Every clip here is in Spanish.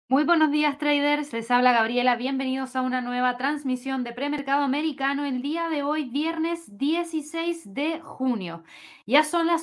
Muy buenos días, traders. Les habla Gabriela. Bienvenidos a una nueva transmisión de premercado americano el día de hoy, viernes 16 de junio. Ya son las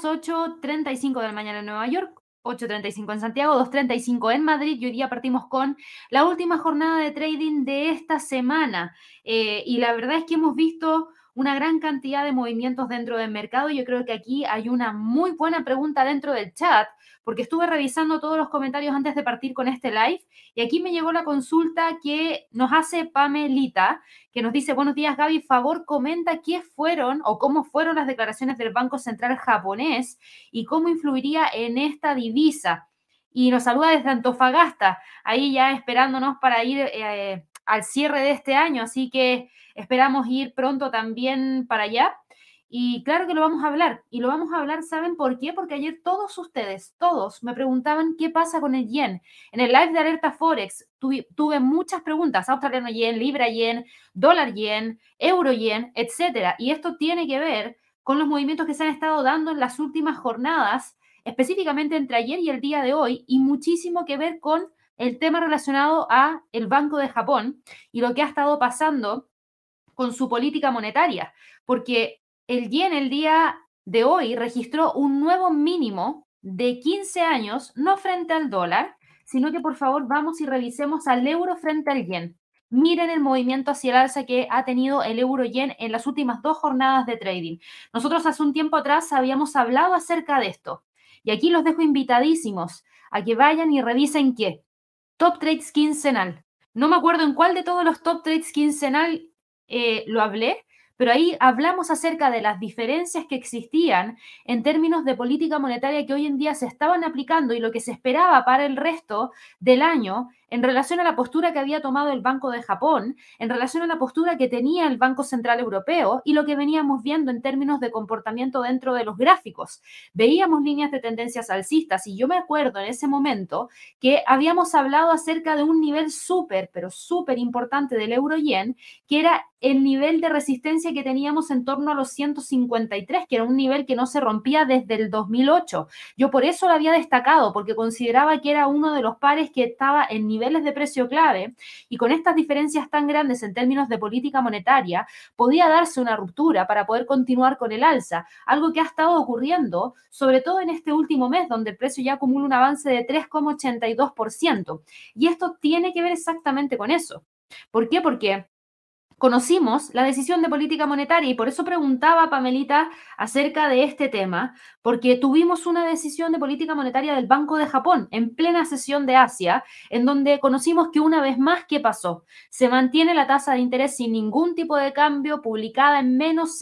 8:35 de la mañana en Nueva York, 8:35 en Santiago, 2:35 en Madrid y hoy día partimos con la última jornada de trading de esta semana. Y la verdad es que hemos visto una gran cantidad de movimientos dentro del mercado. Yo creo que aquí hay una muy buena pregunta dentro del chat, porque estuve revisando todos los comentarios antes de partir con este live. Y aquí me llegó la consulta que nos hace Pamelita, que nos dice: buenos días, Gaby, favor comenta qué fueron o cómo fueron las declaraciones del Banco Central japonés y cómo influiría en esta divisa. Y nos saluda desde Antofagasta, ahí ya esperándonos para ir al cierre de este año, así que esperamos ir pronto también para allá. Y claro que lo vamos a hablar. Y lo vamos a hablar, ¿saben por qué? Porque ayer todos ustedes, todos, me preguntaban qué pasa con el yen. En el live de Alerta Forex tuve muchas preguntas: australiano yen, libra yen, dólar yen, euro yen, etcétera. Y esto tiene que ver con los movimientos que se han estado dando en las últimas jornadas, específicamente entre ayer y el día de hoy, y muchísimo que ver con el tema relacionado a el Banco de Japón y lo que ha estado pasando con su política monetaria, porque el yen el día de hoy registró un nuevo mínimo de 15 años, no frente al dólar, sino que por favor vamos y revisemos al euro frente al yen. Miren el movimiento hacia el alza que ha tenido el euro-yen en las últimas dos jornadas de trading. Nosotros hace un tiempo atrás habíamos hablado acerca de esto. Y aquí los dejo invitadísimos a que vayan y revisen qué. Top Trades quincenal. No me acuerdo en cuál de todos los Top Trades quincenal lo hablé, pero ahí hablamos acerca de las diferencias que existían en términos de política monetaria que hoy en día se estaban aplicando y lo que se esperaba para el resto del año en relación a la postura que había tomado el Banco de Japón, en relación a la postura que tenía el Banco Central Europeo y lo que veníamos viendo en términos de comportamiento dentro de los gráficos. Veíamos líneas de tendencias alcistas y yo me acuerdo en ese momento que habíamos hablado acerca de un nivel súper, pero súper importante del euro-yen, que era el nivel de resistencia que teníamos en torno a los 153, que era un nivel que no se rompía desde el 2008. Yo por eso lo había destacado, porque consideraba que era uno de los pares que estaba en niveles de precio clave, y con estas diferencias tan grandes en términos de política monetaria, podía darse una ruptura para poder continuar con el alza, algo que ha estado ocurriendo, sobre todo en este último mes, donde el precio ya acumula un avance de 3,82%. Y esto tiene que ver exactamente con eso. ¿Por qué? Porque conocimos la decisión de política monetaria y por eso preguntaba Pamelita acerca de este tema, porque tuvimos una decisión de política monetaria del Banco de Japón en plena sesión de Asia, en donde conocimos que una vez más, ¿qué pasó? Se mantiene la tasa de interés sin ningún tipo de cambio, publicada en menos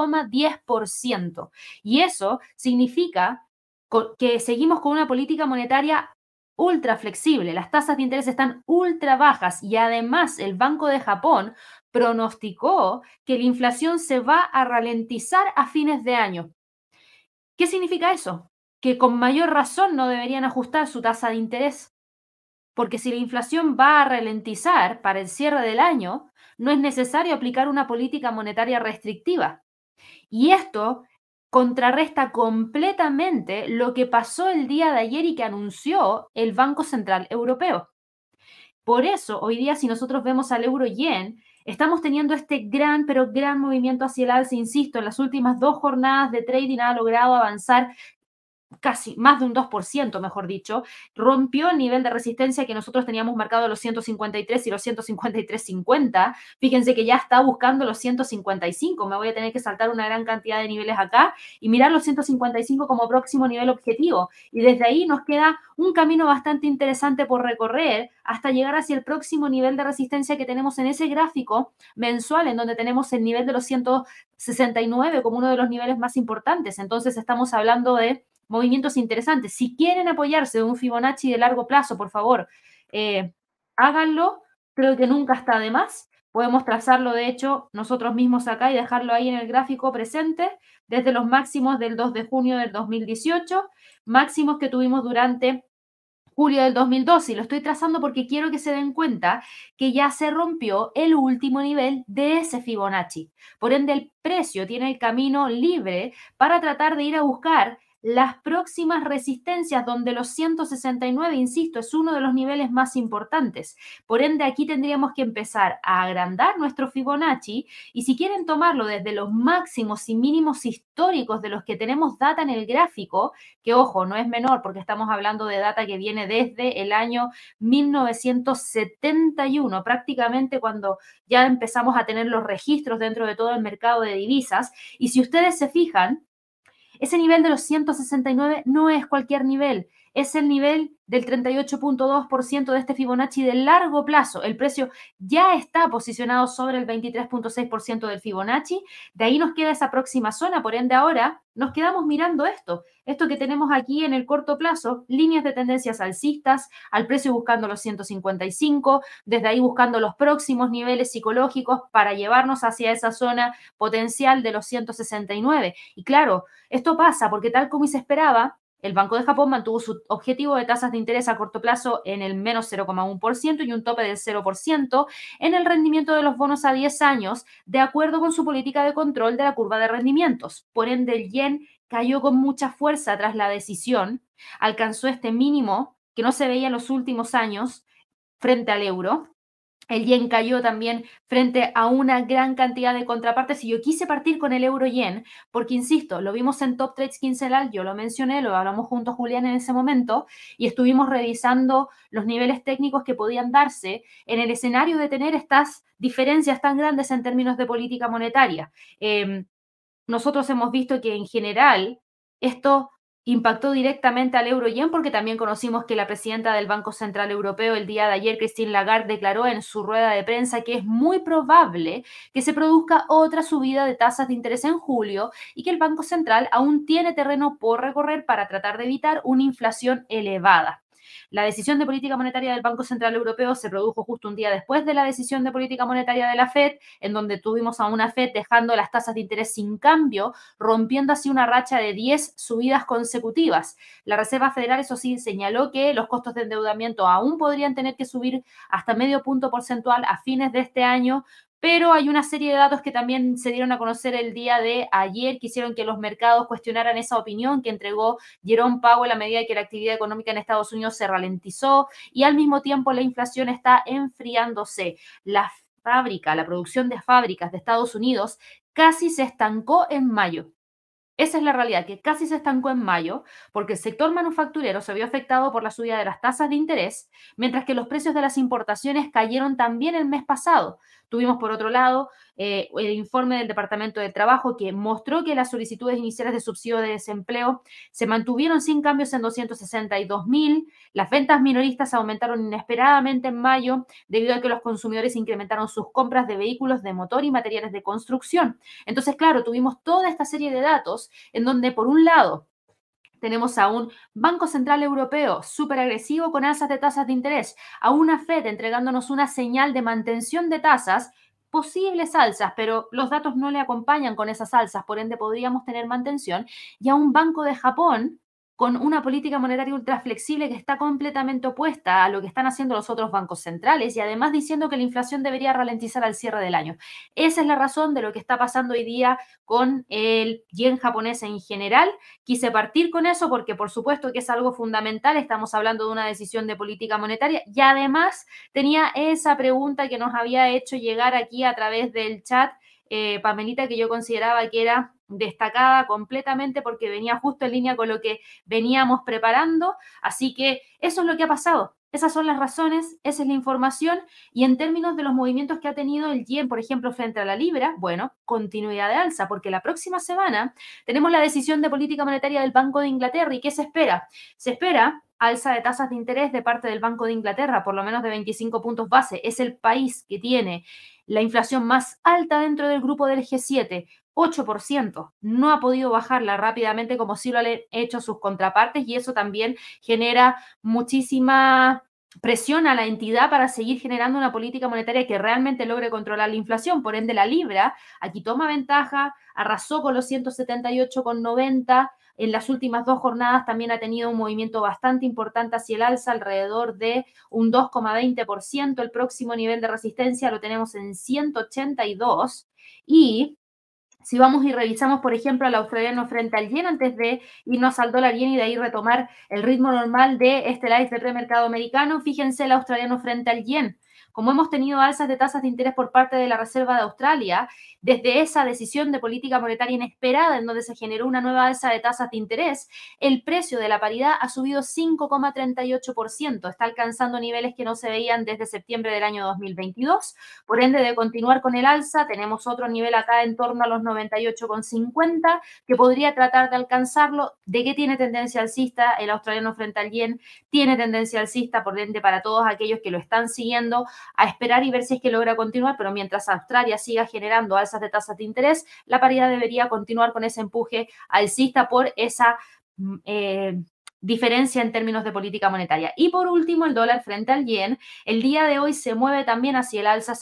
0,10%. Y eso significa que seguimos con una política monetaria ultra flexible, las tasas de interés están ultra bajas y además el Banco de Japón pronosticó que la inflación se va a ralentizar a fines de año. ¿Qué significa eso? Que con mayor razón no deberían ajustar su tasa de interés, porque si la inflación va a ralentizar para el cierre del año, no es necesario aplicar una política monetaria restrictiva. Y esto contrarresta completamente lo que pasó el día de ayer y que anunció el Banco Central Europeo. Por eso, hoy día, si nosotros vemos al euro-yen, estamos teniendo este gran, pero gran movimiento hacia el alza. Insisto, en las últimas dos jornadas de trading ha logrado avanzar casi más de un 2%, mejor dicho, rompió el nivel de resistencia que nosotros teníamos marcado, los 153 y los 153.50. Fíjense que ya está buscando los 155. Me voy a tener que saltar una gran cantidad de niveles acá y mirar los 155 como próximo nivel objetivo. Y desde ahí nos queda un camino bastante interesante por recorrer hasta llegar hacia el próximo nivel de resistencia que tenemos en ese gráfico mensual, en donde tenemos el nivel de los 169 como uno de los niveles más importantes. Entonces estamos hablando de movimientos interesantes. Si quieren apoyarse de un Fibonacci de largo plazo, por favor, eh, háganlo. Creo que nunca está de más. Podemos trazarlo, de hecho, nosotros mismos acá y dejarlo ahí en el gráfico presente, desde los máximos del 2 de junio del 2018, máximos que tuvimos durante julio del 2012. Y lo estoy trazando porque quiero que se den cuenta que ya se rompió el último nivel de ese Fibonacci. Por ende, el precio tiene el camino libre para tratar de ir a buscar las próximas resistencias, donde los 169, insisto, es uno de los niveles más importantes. Por ende, aquí tendríamos que empezar a agrandar nuestro Fibonacci y si quieren tomarlo desde los máximos y mínimos históricos de los que tenemos data en el gráfico, que ojo, no es menor porque estamos hablando de data que viene desde el año 1971, prácticamente cuando ya empezamos a tener los registros dentro de todo el mercado de divisas. Y si ustedes se fijan, ese nivel de los 169 no es cualquier nivel, es el nivel del 38.2% de este Fibonacci de largo plazo. El precio ya está posicionado sobre el 23.6% del Fibonacci. De ahí nos queda esa próxima zona. Por ende, ahora nos quedamos mirando esto que tenemos aquí en el corto plazo, líneas de tendencias alcistas, al precio buscando los 155, desde ahí buscando los próximos niveles psicológicos para llevarnos hacia esa zona potencial de los 169. Y claro, esto pasa porque tal como se esperaba, el Banco de Japón mantuvo su objetivo de tasas de interés a corto plazo en el menos 0,1% y un tope del 0% en el rendimiento de los bonos a 10 años, de acuerdo con su política de control de la curva de rendimientos. Por ende, el yen cayó con mucha fuerza tras la decisión, alcanzó este mínimo que no se veía en los últimos años frente al euro. El yen cayó también frente a una gran cantidad de contrapartes y yo quise partir con el euro yen porque, insisto, lo vimos en Top Trades quincenal, yo lo mencioné, lo hablamos juntos Julián en ese momento y estuvimos revisando los niveles técnicos que podían darse en el escenario de tener estas diferencias tan grandes en términos de política monetaria. Nosotros hemos visto que en general esto impactó directamente al euro-yen porque también conocimos que la presidenta del Banco Central Europeo el día de ayer, Christine Lagarde, declaró en su rueda de prensa que es muy probable que se produzca otra subida de tasas de interés en julio y que el Banco Central aún tiene terreno por recorrer para tratar de evitar una inflación elevada. La decisión de política monetaria del Banco Central Europeo se produjo justo un día después de la decisión de política monetaria de la Fed, en donde tuvimos a una Fed dejando las tasas de interés sin cambio, rompiendo así una racha de 10 subidas consecutivas. La Reserva Federal, eso sí, señaló que los costos de endeudamiento aún podrían tener que subir hasta medio punto porcentual a fines de este año, pero hay una serie de datos que también se dieron a conocer el día de ayer que hicieron que los mercados cuestionaran esa opinión que entregó Jerome Powell a medida que la actividad económica en Estados Unidos se ralentizó y al mismo tiempo la inflación está enfriándose. La producción de fábricas de Estados Unidos casi se estancó en mayo. Esa es la realidad, que casi se estancó en mayo porque el sector manufacturero se vio afectado por la subida de las tasas de interés, mientras que los precios de las importaciones cayeron también el mes pasado. Tuvimos, por otro lado, el informe del Departamento de Trabajo que mostró que las solicitudes iniciales de subsidio de desempleo se mantuvieron sin cambios en 262.000. Las ventas minoristas aumentaron inesperadamente en mayo debido a que los consumidores incrementaron sus compras de vehículos de motor y materiales de construcción. Entonces, claro, tuvimos toda esta serie de datos en donde, por un lado, tenemos a un Banco Central Europeo súper agresivo con alzas de tasas de interés, a una Fed entregándonos una señal de mantención de tasas, posibles alzas, pero los datos no le acompañan con esas alzas, por ende podríamos tener mantención, y a un Banco de Japón con una política monetaria ultra flexible que está completamente opuesta a lo que están haciendo los otros bancos centrales y además diciendo que la inflación debería ralentizar al cierre del año. Esa es la razón de lo que está pasando hoy día con el yen japonés en general. Quise partir con eso porque por supuesto que es algo fundamental, estamos hablando de una decisión de política monetaria y además tenía esa pregunta que nos había hecho llegar aquí a través del chat, Pamelita, que yo consideraba que era destacada completamente porque venía justo en línea con lo que veníamos preparando, así que eso es lo que ha pasado. Esas son las razones, esa es la información y en términos de los movimientos que ha tenido el yen, por ejemplo, frente a la libra, bueno, continuidad de alza, porque la próxima semana tenemos la decisión de política monetaria del Banco de Inglaterra. ¿Y qué se espera? Se espera alza de tasas de interés de parte del Banco de Inglaterra, por lo menos de 25 puntos base. Es el país que tiene la inflación más alta dentro del grupo del G7, 8%. No ha podido bajarla rápidamente como sí lo han hecho sus contrapartes y eso también genera muchísima presión a la entidad para seguir generando una política monetaria que realmente logre controlar la inflación. Por ende, la libra aquí toma ventaja, arrasó con los 178,90. En las últimas dos jornadas también ha tenido un movimiento bastante importante hacia el alza, alrededor de un 2,20%. El próximo nivel de resistencia lo tenemos en 182 y Si vamos y revisamos, por ejemplo, al australiano frente al yen antes de irnos al dólar yen y de ahí retomar el ritmo normal de este live de premercado americano, fíjense el australiano frente al yen. Como hemos tenido alzas de tasas de interés por parte de la Reserva de Australia, desde esa decisión de política monetaria inesperada en donde se generó una nueva alza de tasas de interés, el precio de la paridad ha subido 5,38%. Está alcanzando niveles que no se veían desde septiembre del año 2022. Por ende, de continuar con el alza, tenemos otro nivel acá en torno a los 98,50, que podría tratar de alcanzarlo. ¿De qué tiene tendencia alcista el australiano frente al yen? Tiene tendencia alcista, por ende, para todos aquellos que lo están siguiendo, a esperar y ver si es que logra continuar, pero mientras Australia siga generando alzas de tasas de interés, la paridad debería continuar con ese empuje alcista por esa diferencia en términos de política monetaria. Y por último, el dólar frente al yen, el día de hoy se mueve también hacia el alza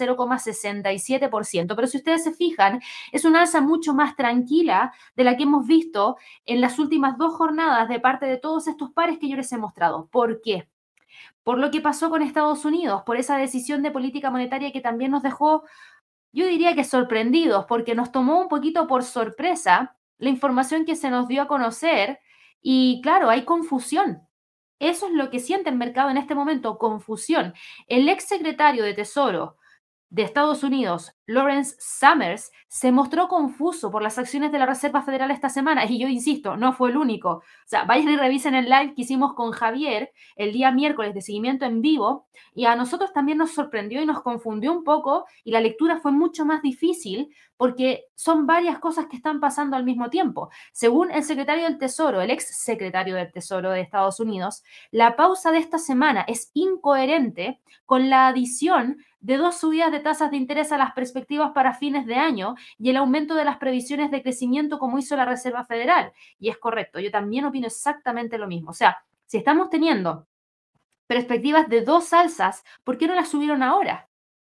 0,67%, pero si ustedes se fijan, es una alza mucho más tranquila de la que hemos visto en las últimas 2 jornadas de parte de todos estos pares que yo les he mostrado. ¿Por qué? Por lo que pasó con Estados Unidos, por esa decisión de política monetaria que también nos dejó, yo diría que sorprendidos, porque nos tomó un poquito por sorpresa la información que se nos dio a conocer y claro, hay confusión. Eso es lo que siente el mercado en este momento, confusión. El ex secretario de Tesoro de Estados Unidos, Lawrence Summers, se mostró confuso por las acciones de la Reserva Federal esta semana y yo insisto, no fue el único. O sea, vayan y revisen el live que hicimos con Javier el día miércoles de seguimiento en vivo y a nosotros también nos sorprendió y nos confundió un poco y la lectura fue mucho más difícil porque son varias cosas que están pasando al mismo tiempo. Según el secretario del Tesoro, el ex secretario del Tesoro de Estados Unidos, la pausa de esta semana es incoherente con la adición de 2 subidas de tasas de interés a las perspectivas para fines de año y el aumento de las previsiones de crecimiento como hizo la Reserva Federal. Y es correcto, yo también opino exactamente lo mismo. O sea, si estamos teniendo perspectivas de 2 alzas, ¿por qué no las subieron ahora?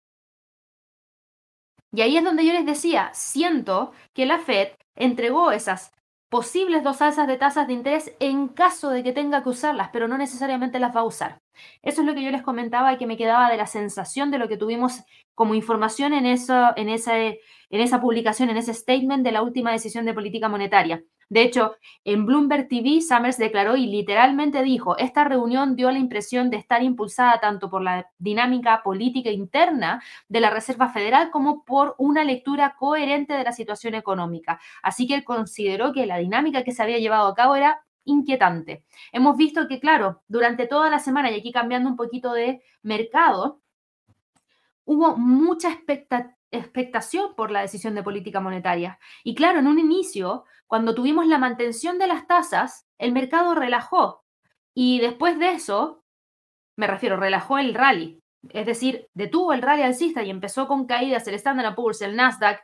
Y ahí es donde yo les decía, siento que la Fed entregó esas posibles 2 alzas de tasas de interés en caso de que tenga que usarlas, pero no necesariamente las va a usar. Eso es lo que yo les comentaba y que me quedaba de la sensación de lo que tuvimos como información en esa publicación, en ese statement de la última decisión de política monetaria. De hecho, en Bloomberg TV, Summers declaró y literalmente dijo, esta reunión dio la impresión de estar impulsada tanto por la dinámica política interna de la Reserva Federal como por una lectura coherente de la situación económica. Así que él consideró que la dinámica que se había llevado a cabo era inquietante. Hemos visto que, claro, durante toda la semana, y aquí cambiando un poquito de mercado, hubo mucha expectación por la decisión de política monetaria. Y claro, en un inicio, cuando tuvimos la mantención de las tasas, el mercado relajó. Y después de eso, me refiero, relajó el rally. Es decir, detuvo el rally alcista y empezó con caídas el Standard Poor's, el Nasdaq,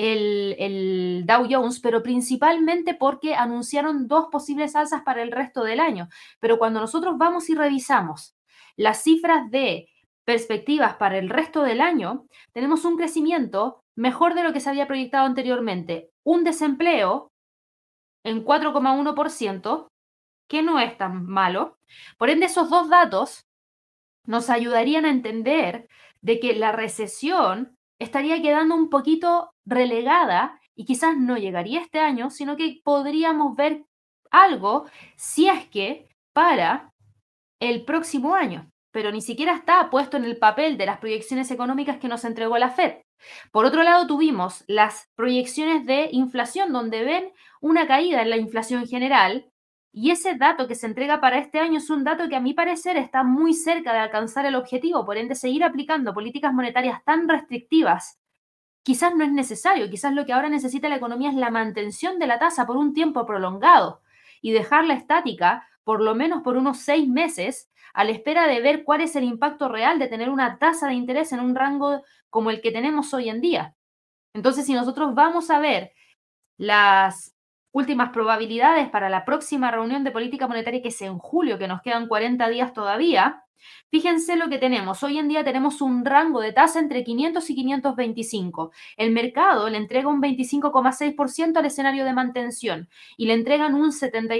el Dow Jones, pero principalmente porque anunciaron 2 posibles alzas para el resto del año. Pero cuando nosotros vamos y revisamos las cifras de perspectivas para el resto del año, tenemos un crecimiento mejor de lo que se había proyectado anteriormente. Un desempleo en 4,1%, que no es tan malo. Por ende, esos 2 datos nos ayudarían a entender de que la recesión estaría quedando un poquito relegada y quizás no llegaría este año, sino que podríamos ver algo si es que para el próximo año, pero ni siquiera está puesto en el papel de las proyecciones económicas que nos entregó la Fed. Por otro lado, tuvimos las proyecciones de inflación, donde ven una caída en la inflación general, y ese dato que se entrega para este año es un dato que a mi parecer está muy cerca de alcanzar el objetivo, por ende seguir aplicando políticas monetarias tan restrictivas quizás no es necesario, quizás lo que ahora necesita la economía es la mantención de la tasa por un tiempo prolongado y dejarla estática por lo menos por unos 6 meses a la espera de ver cuál es el impacto real de tener una tasa de interés en un rango como el que tenemos hoy en día. Entonces, si nosotros vamos a ver las últimas probabilidades para la próxima reunión de política monetaria, que es en julio, que nos quedan 40 días todavía, fíjense lo que tenemos. Hoy en día tenemos un rango de tasa entre 500 y 525. El mercado le entrega un 25,6% al escenario de mantención y le entregan un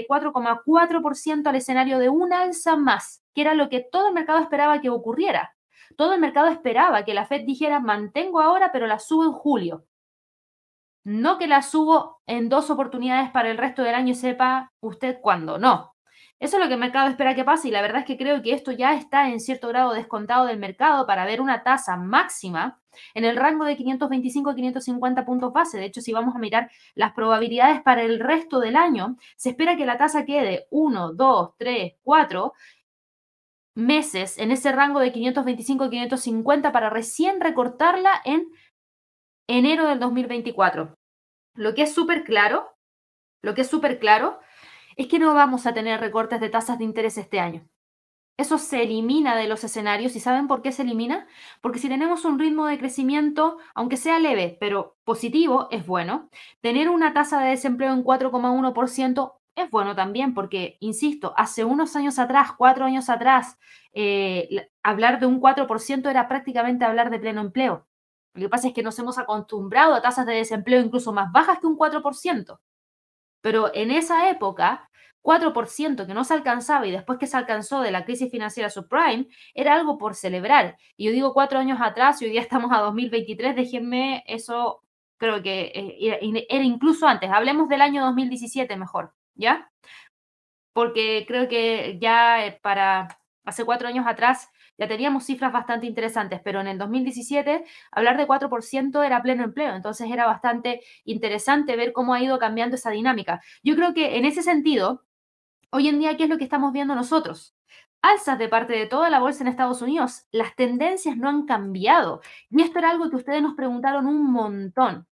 74,4% al escenario de un alza más, que era lo que todo el mercado esperaba que ocurriera. Todo el mercado esperaba que la Fed dijera mantengo ahora, pero la subo en julio. No que la subo en 2 oportunidades para el resto del año y sepa usted cuándo, no. Eso es lo que el mercado espera que pase y la verdad es que creo que esto ya está en cierto grado descontado del mercado para ver una tasa máxima en el rango de 525 a 550 puntos base. De hecho, si vamos a mirar las probabilidades para el resto del año, se espera que la tasa quede 1, 2, 3, 4 meses en ese rango de 525 a 550 para recién recortarla en enero del 2024. Lo que es súper claro, lo que es súper claro es que no vamos a tener recortes de tasas de interés este año. Eso se elimina de los escenarios. ¿Y saben por qué se elimina? Porque si tenemos un ritmo de crecimiento, aunque sea leve, pero positivo, es bueno. Tener una tasa de desempleo en 4,1% es bueno también, porque, insisto, hace unos años atrás, 4 años atrás, hablar de un 4% era prácticamente hablar de pleno empleo. Lo que pasa es que nos hemos acostumbrado a tasas de desempleo incluso más bajas que un 4%. Pero en esa época, 4% que no se alcanzaba y después que se alcanzó de la crisis financiera subprime, era algo por celebrar. Y yo digo 4 años atrás y hoy día estamos a 2023, déjenme eso, creo que era incluso antes. Hablemos del año 2017 mejor, ¿ya? Porque creo que ya para hace 4 años atrás ya teníamos cifras bastante interesantes, pero en el 2017 hablar de 4% era pleno empleo, entonces era bastante interesante ver cómo ha ido cambiando esa dinámica. Yo creo que en ese sentido, hoy en día, ¿qué es lo que estamos viendo nosotros? Alzas de parte de toda la bolsa en Estados Unidos. Las tendencias no han cambiado. Y esto era algo que ustedes nos preguntaron un montón.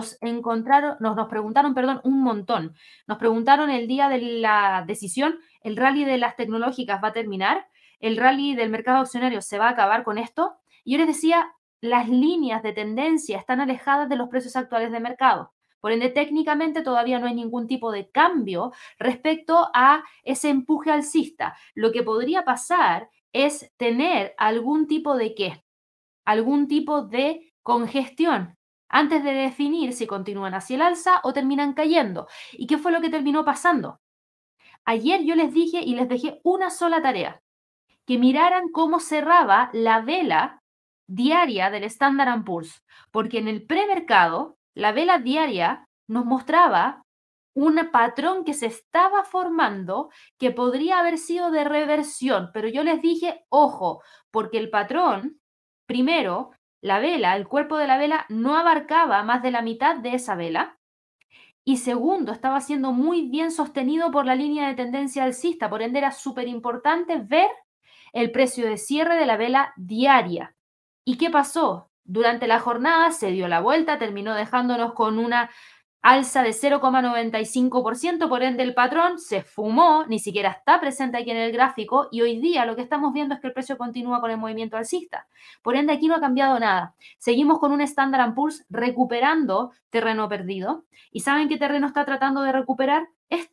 Nos preguntaron, perdón, un montón. Nos preguntaron el día de la decisión, ¿el rally de las tecnológicas va a terminar? ¿El rally del mercado accionario se va a acabar con esto? Y yo les decía, las líneas de tendencia están alejadas de los precios actuales de mercado. Por ende, técnicamente todavía no hay ningún tipo de cambio respecto a ese empuje alcista. Lo que podría pasar es tener algún tipo de qué, algún tipo de congestión antes de definir si continúan hacia el alza o terminan cayendo. ¿Y qué fue lo que terminó pasando? Ayer yo les dije y les dejé una sola tarea, que miraran cómo cerraba la vela diaria del Standard Poor's, porque en el premercado la vela diaria nos mostraba un patrón que se estaba formando que podría haber sido de reversión, pero yo les dije, ojo, porque el patrón, primero, la vela, el cuerpo de la vela no abarcaba más de la mitad de esa vela, y segundo, estaba siendo muy bien sostenido por la línea de tendencia alcista, por ende era súper importante ver el precio de cierre de la vela diaria. ¿Y qué pasó? Durante la jornada se dio la vuelta, terminó dejándonos con una alza de 0,95%, por ende el patrón se fumó, ni siquiera está presente aquí en el gráfico y hoy día lo que estamos viendo es que el precio continúa con el movimiento alcista. Por ende aquí no ha cambiado nada. Seguimos con un Standard Poor's recuperando terreno perdido. ¿Y saben qué terreno está tratando de recuperar?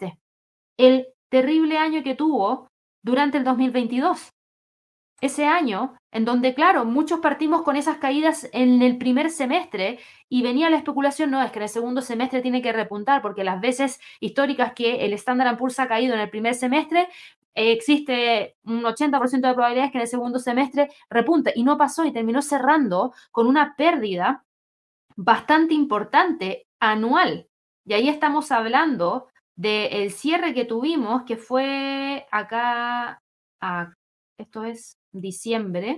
El terrible año que tuvo durante el 2022. Ese año en donde, claro, muchos partimos con esas caídas en el primer semestre y venía la especulación, no, es que en el segundo semestre tiene que repuntar, porque las veces históricas que el Standard Poor's ha caído en el primer semestre, existe un 80% de probabilidades que en el segundo semestre repunte, y no pasó y terminó cerrando con una pérdida bastante importante anual. Y ahí estamos hablando del cierre que tuvimos, que fue acá, esto es diciembre,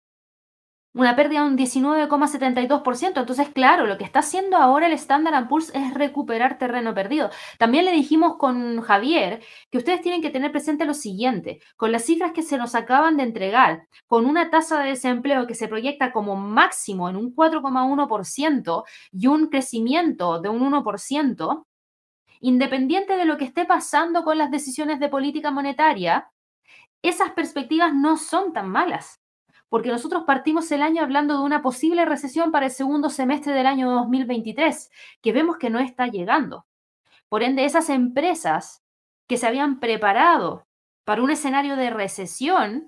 una pérdida de un 19,72%. Entonces, claro, lo que está haciendo ahora el Standard Poor's es recuperar terreno perdido. También le dijimos con Javier que ustedes tienen que tener presente lo siguiente, con las cifras que se nos acaban de entregar, con una tasa de desempleo que se proyecta como máximo en un 4,1% y un crecimiento de un 1%, independiente de lo que esté pasando con las decisiones de política monetaria, esas perspectivas no son tan malas, porque nosotros partimos el año hablando de una posible recesión para el segundo semestre del año 2023, que vemos que no está llegando. Por ende, esas empresas que se habían preparado para un escenario de recesión,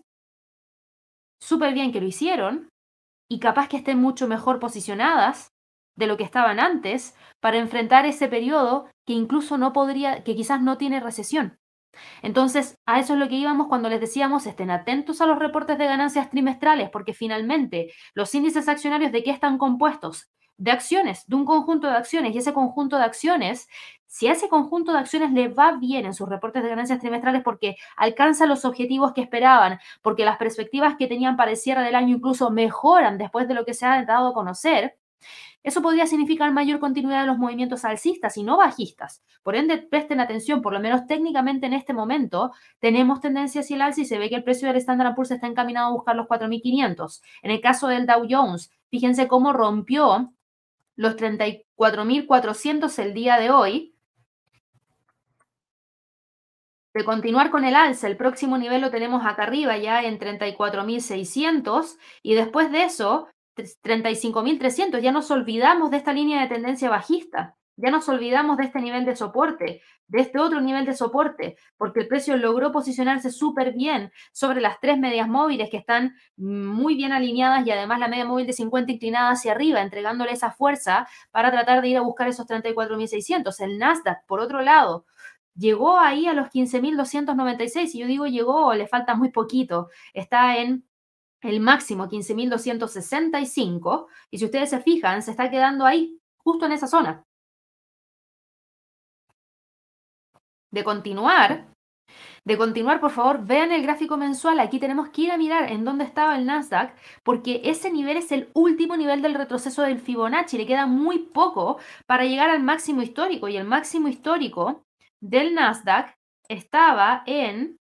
súper bien que lo hicieron, y capaz que estén mucho mejor posicionadas de lo que estaban antes para enfrentar ese periodo que incluso no podría, que quizás no tiene recesión. Entonces, a eso es lo que íbamos cuando les decíamos, estén atentos a los reportes de ganancias trimestrales, porque finalmente los índices accionarios, ¿de qué están compuestos? de acciones, de un conjunto de acciones, y ese conjunto de acciones, si a ese conjunto de acciones le va bien en sus reportes de ganancias trimestrales porque alcanza los objetivos que esperaban, porque las perspectivas que tenían para el cierre del año incluso mejoran después de lo que se ha dado a conocer, eso podría significar mayor continuidad de los movimientos alcistas y no bajistas. Por ende, presten atención, por lo menos técnicamente en este momento tenemos tendencia hacia el alza y se ve que el precio del Standard Poor's está encaminado a buscar los 4.500. En el caso del Dow Jones, fíjense cómo rompió los 34.400 el día de hoy. De continuar con el alza, el próximo nivel lo tenemos acá arriba ya en 34.600 y después de eso 35.300. Ya nos olvidamos de esta línea de tendencia bajista, ya nos olvidamos de este nivel de soporte, de este otro nivel de soporte, porque el precio logró posicionarse súper bien sobre las tres medias móviles que están muy bien alineadas y además la media móvil de 50 inclinada hacia arriba, entregándole esa fuerza para tratar de ir a buscar esos 34.600. El Nasdaq, por otro lado, llegó ahí a los 15.296 y yo digo llegó, le falta muy poquito, está en el máximo 15.265 y si ustedes se fijan, se está quedando ahí, justo en esa zona. De continuar, por favor, vean el gráfico mensual. Aquí tenemos que ir a mirar en dónde estaba el Nasdaq, porque ese nivel es el último nivel del retroceso del Fibonacci. Le queda muy poco para llegar al máximo histórico y el máximo histórico del Nasdaq estaba en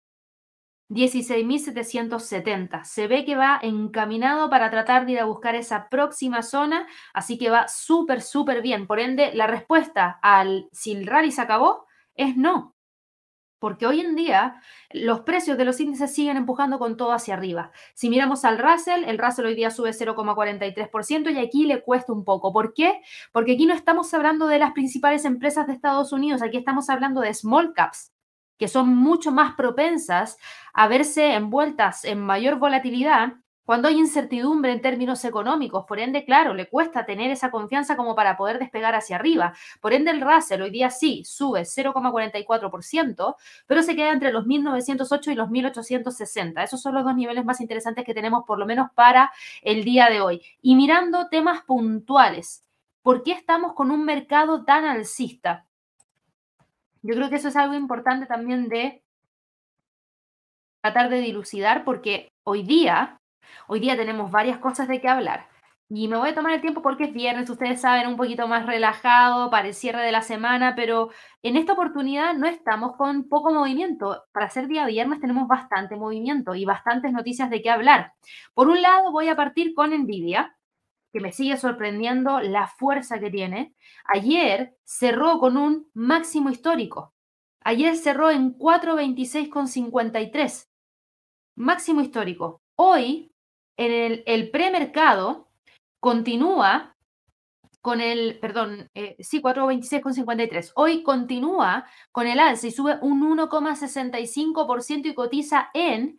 16.770. Se ve que va encaminado para tratar de ir a buscar esa próxima zona, así que va súper, súper bien. Por ende, la respuesta al si el rally se acabó es no. Porque hoy en día los precios de los índices siguen empujando con todo hacia arriba. Si miramos al Russell, el Russell hoy día sube 0,43% y aquí le cuesta un poco. ¿Por qué? Porque aquí no estamos hablando de las principales empresas de Estados Unidos, aquí estamos hablando de small caps, que son mucho más propensas a verse envueltas en mayor volatilidad cuando hay incertidumbre en términos económicos. Por ende, claro, le cuesta tener esa confianza como para poder despegar hacia arriba. Por ende, el Russell hoy día sí sube 0,44%, pero se queda entre los 1.908 y los 1.860. Esos son los dos niveles más interesantes que tenemos, por lo menos para el día de hoy. Y mirando temas puntuales, ¿por qué estamos con un mercado tan alcista? Yo creo que eso es algo importante también de tratar de dilucidar, porque hoy día tenemos varias cosas de qué hablar. Y me voy a tomar el tiempo porque es viernes, ustedes saben, un poquito más relajado para el cierre de la semana, pero en esta oportunidad no estamos con poco movimiento. Para ser día viernes tenemos bastante movimiento y bastantes noticias de qué hablar. Por un lado, voy a partir con Nvidia, que me sigue sorprendiendo la fuerza que tiene. Ayer cerró con un máximo histórico. Ayer cerró en 426,53. Máximo histórico. Hoy, en el premercado, continúa con el, perdón, sí, 426,53. Hoy continúa con el alza y sube un 1,65% y cotiza en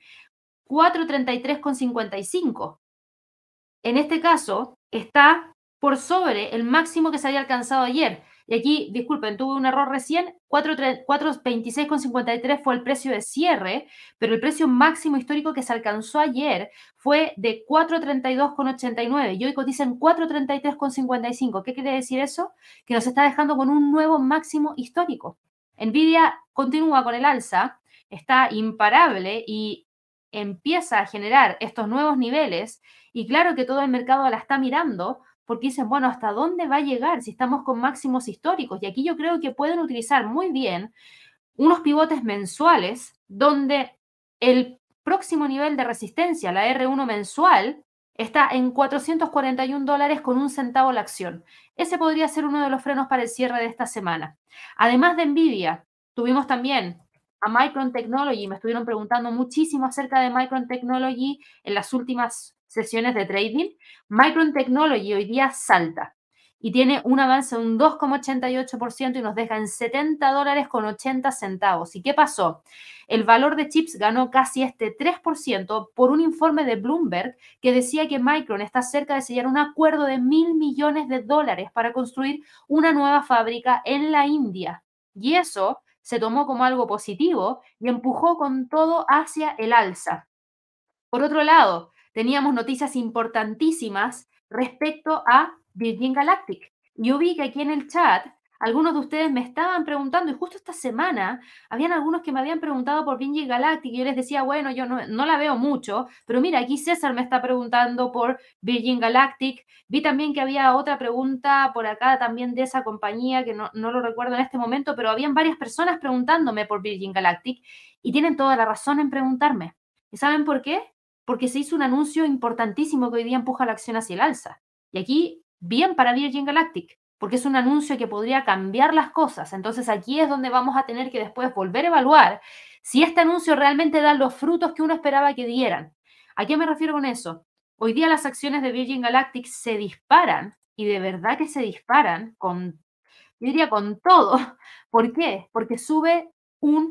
433,55. En este caso, está por sobre el máximo que se había alcanzado ayer. Y aquí, disculpen, tuve un error recién, 426,53 fue el precio de cierre, pero el precio máximo histórico que se alcanzó ayer fue de 432,89 y hoy cotiza en 433,55. ¿Qué quiere decir eso? Que nos está dejando con un nuevo máximo histórico. Nvidia continúa con el alza, está imparable y empieza a generar estos nuevos niveles y claro que todo el mercado la está mirando porque dicen, bueno, ¿hasta dónde va a llegar si estamos con máximos históricos? Y aquí yo creo que pueden utilizar muy bien unos pivotes mensuales donde el próximo nivel de resistencia, la R1 mensual, está en $441 con un centavo la acción. Ese podría ser uno de los frenos para el cierre de esta semana. Además de Nvidia, tuvimos también a Micron Technology. Me estuvieron preguntando muchísimo acerca de Micron Technology en las últimas sesiones de trading. Micron Technology hoy día salta y tiene un avance de un 2,88% y nos deja en $70,80. ¿Y qué pasó? El valor de chips ganó casi este 3% por un informe de Bloomberg que decía que Micron está cerca de sellar un acuerdo de $1.000 millones para construir una nueva fábrica en la India. Y eso se tomó como algo positivo y empujó con todo hacia el alza. Por otro lado, teníamos noticias importantísimas respecto a Virgin Galactic. Yo vi que aquí en el chat algunos de ustedes me estaban preguntando, y justo esta semana habían algunos que me habían preguntado por Virgin Galactic y yo les decía, bueno, yo no la veo mucho, pero mira, aquí César me está preguntando por Virgin Galactic. Vi también que había otra pregunta por acá también de esa compañía, que no lo recuerdo en este momento, pero habían varias personas preguntándome por Virgin Galactic y tienen toda la razón en preguntarme. ¿Y saben por qué? Porque se hizo un anuncio importantísimo que hoy día empuja la acción hacia el alza. Y aquí, bien para Virgin Galactic, porque es un anuncio que podría cambiar las cosas. Entonces aquí es donde vamos a tener que después volver a evaluar si este anuncio realmente da los frutos que uno esperaba que dieran. ¿A qué me refiero con eso? Hoy día las acciones de Virgin Galactic se disparan, y de verdad que se disparan con, yo diría con todo. ¿Por qué? Porque sube un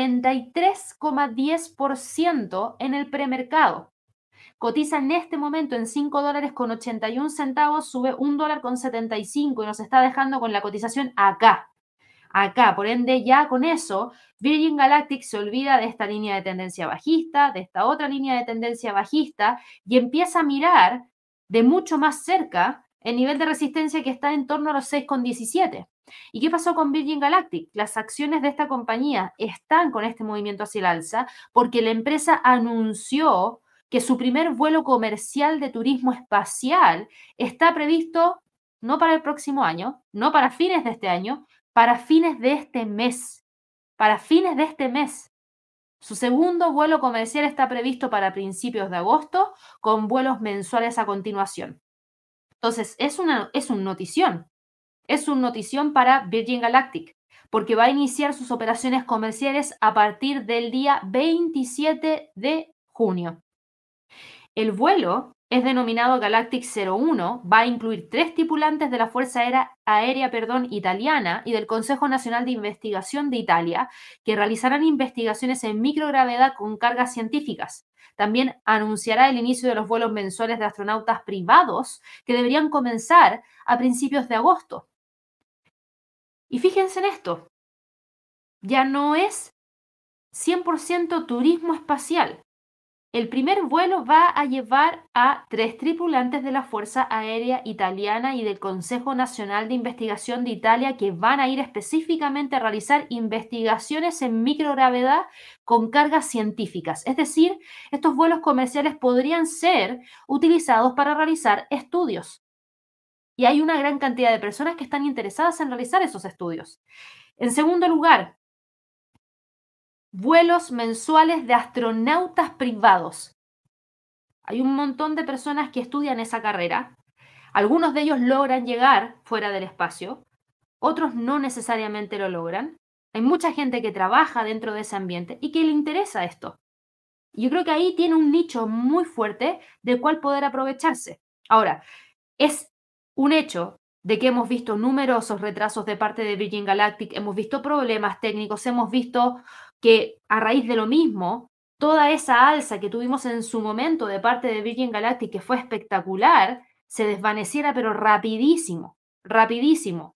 43,10% en el premercado. Cotiza en este momento en $5.81, sube $1.75 y nos está dejando con la cotización acá. Acá, por ende, ya con eso, Virgin Galactic se olvida de esta línea de tendencia bajista, de esta otra línea de tendencia bajista, y empieza a mirar de mucho más cerca el nivel de resistencia que está en torno a los 6,17. ¿Y qué pasó con Virgin Galactic? Las acciones de esta compañía están con este movimiento hacia el alza porque la empresa anunció que su primer vuelo comercial de turismo espacial está previsto no para el próximo año, no para fines de este año, para fines de este mes. Para fines de este mes. Su segundo vuelo comercial está previsto para principios de agosto, con vuelos mensuales a continuación. Entonces, es un notición. Es un notición para Virgin Galactic, porque va a iniciar sus operaciones comerciales a partir del día 27 de junio. El vuelo es denominado Galactic 01, va a incluir 3 tripulantes de la Fuerza Aérea Italiana y del Consejo Nacional de Investigación de Italia, que realizarán investigaciones en microgravedad con cargas científicas. También anunciará el inicio de los vuelos mensuales de astronautas privados, que deberían comenzar a principios de agosto. Y fíjense en esto, ya no es 100% turismo espacial. El primer vuelo va a llevar a 3 tripulantes de la Fuerza Aérea Italiana y del Consejo Nacional de Investigación de Italia, que van a ir específicamente a realizar investigaciones en microgravedad con cargas científicas. Es decir, estos vuelos comerciales podrían ser utilizados para realizar estudios. Y hay una gran cantidad de personas que están interesadas en realizar esos estudios. En segundo lugar, vuelos mensuales de astronautas privados. Hay un montón de personas que estudian esa carrera. Algunos de ellos logran llegar fuera del espacio, otros no necesariamente lo logran. Hay mucha gente que trabaja dentro de ese ambiente y que le interesa esto. Yo creo que ahí tiene un nicho muy fuerte del cual poder aprovecharse. Ahora, es un hecho de que hemos visto numerosos retrasos de parte de Virgin Galactic, hemos visto problemas técnicos, hemos visto que a raíz de lo mismo, toda esa alza que tuvimos en su momento de parte de Virgin Galactic, que fue espectacular, se desvaneciera, pero rapidísimo, rapidísimo.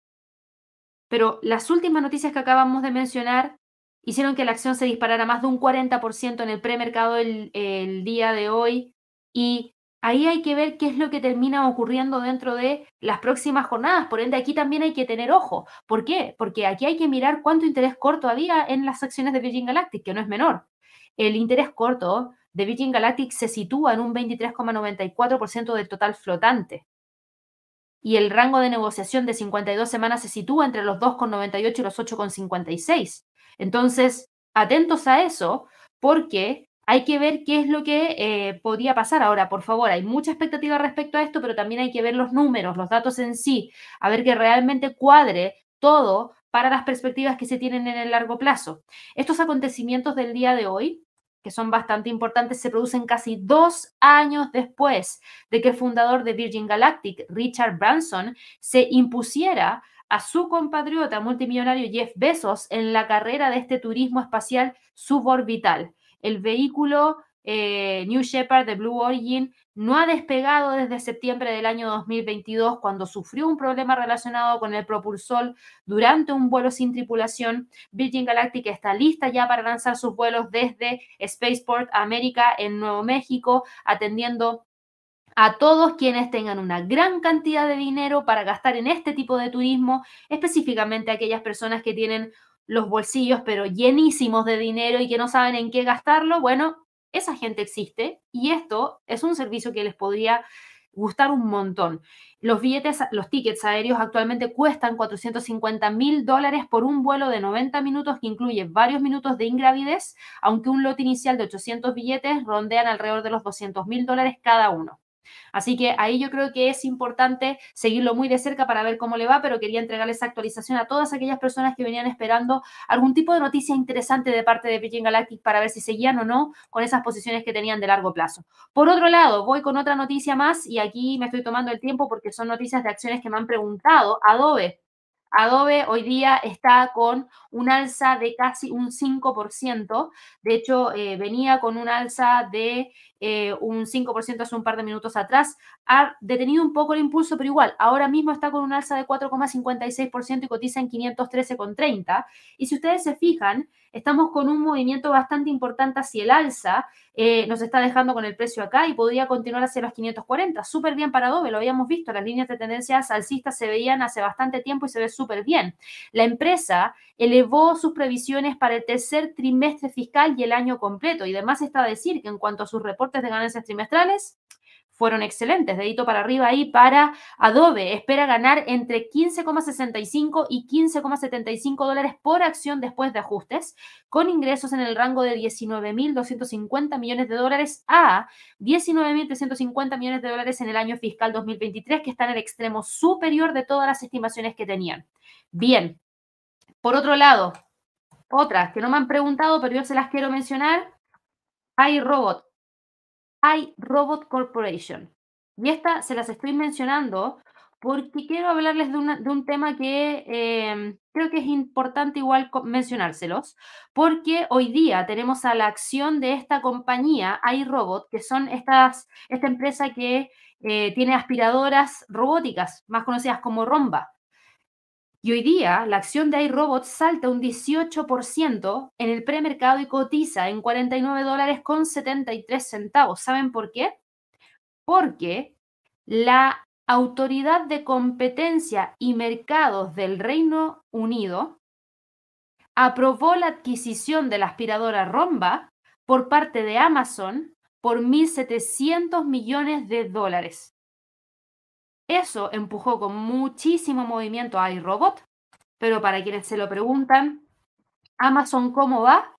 Pero las últimas noticias que acabamos de mencionar hicieron que la acción se disparara más de un 40% en el premercado el día de hoy, y ahí hay que ver qué es lo que termina ocurriendo dentro de las próximas jornadas. Por ende, aquí también hay que tener ojo. ¿Por qué? Porque aquí hay que mirar cuánto interés corto había en las acciones de Virgin Galactic, que no es menor. El interés corto de Virgin Galactic se sitúa en un 23,94% del total flotante. Y el rango de negociación de 52 semanas se sitúa entre los 2,98 y los 8,56. Entonces, atentos a eso, porque hay que ver qué es lo que podría pasar. Ahora, por favor, hay mucha expectativa respecto a esto, pero también hay que ver los números, los datos en sí, a ver que realmente cuadre todo para las perspectivas que se tienen en el largo plazo. Estos acontecimientos del día de hoy, que son bastante importantes, se producen casi 2 años después de que el fundador de Virgin Galactic, Richard Branson, se impusiera a su compatriota multimillonario Jeff Bezos en la carrera de este turismo espacial suborbital. El vehículo New Shepard de Blue Origin no ha despegado desde septiembre del año 2022, cuando sufrió un problema relacionado con el propulsor durante un vuelo sin tripulación. Virgin Galactic está lista ya para lanzar sus vuelos desde Spaceport América en Nuevo México, atendiendo a todos quienes tengan una gran cantidad de dinero para gastar en este tipo de turismo, específicamente a aquellas personas que tienen los bolsillos pero llenísimos de dinero y que no saben en qué gastarlo. Bueno, esa gente existe y esto es un servicio que les podría gustar un montón. Los billetes, los tickets aéreos actualmente cuestan $450.000 por un vuelo de 90 minutos que incluye varios minutos de ingravidez, aunque un lote inicial de 800 billetes rondean alrededor de los $200.000 cada uno. Así que ahí yo creo que es importante seguirlo muy de cerca para ver cómo le va, pero quería entregarles esa actualización a todas aquellas personas que venían esperando algún tipo de noticia interesante de parte de Virgin Galactic para ver si seguían o no con esas posiciones que tenían de largo plazo. Por otro lado, voy con otra noticia más y aquí me estoy tomando el tiempo porque son noticias de acciones que me han preguntado. Adobe. Adobe hoy día está con un alza de casi un 5%. De hecho, venía con un alza de un 5% hace un par de minutos atrás. Ha detenido un poco el impulso, pero igual, ahora mismo está con un alza de 4,56% y cotiza en 513,30. Y si ustedes se fijan, estamos con un movimiento bastante importante hacia el alza. Nos está dejando con el precio acá y podría continuar hacia los 540. Súper bien para Adobe, lo habíamos visto. Las líneas de tendencias alcistas se veían hace bastante tiempo y se ve súper bien. La empresa elevó sus previsiones para el tercer trimestre fiscal y el año completo. Y además está a decir que en cuanto a sus reportes de ganancias trimestrales, fueron excelentes, dedito para arriba ahí para Adobe. Espera ganar entre 15,65 y 15,75 dólares por acción después de ajustes, con ingresos en el rango de 19.250 millones de dólares a 19.350 millones de dólares en el año fiscal 2023, que está en el extremo superior de todas las estimaciones que tenían. Bien, por otro lado, otras que no me han preguntado, pero yo se las quiero mencionar, iRobot. iRobot Corporation. Y esta se las estoy mencionando porque quiero hablarles de un tema que creo que es importante igual mencionárselos, porque hoy día tenemos a la acción de esta compañía, iRobot, que son esta empresa que tiene aspiradoras robóticas, más conocidas como Romba. Y hoy día la acción de iRobot salta un 18% en el premercado y cotiza en $49,73. ¿Saben por qué? Porque la Autoridad de Competencia y Mercados del Reino Unido aprobó la adquisición de la aspiradora Romba por parte de Amazon por 1.700 millones de dólares. Eso empujó con muchísimo movimiento a iRobot, pero para quienes se lo preguntan, ¿Amazon cómo va?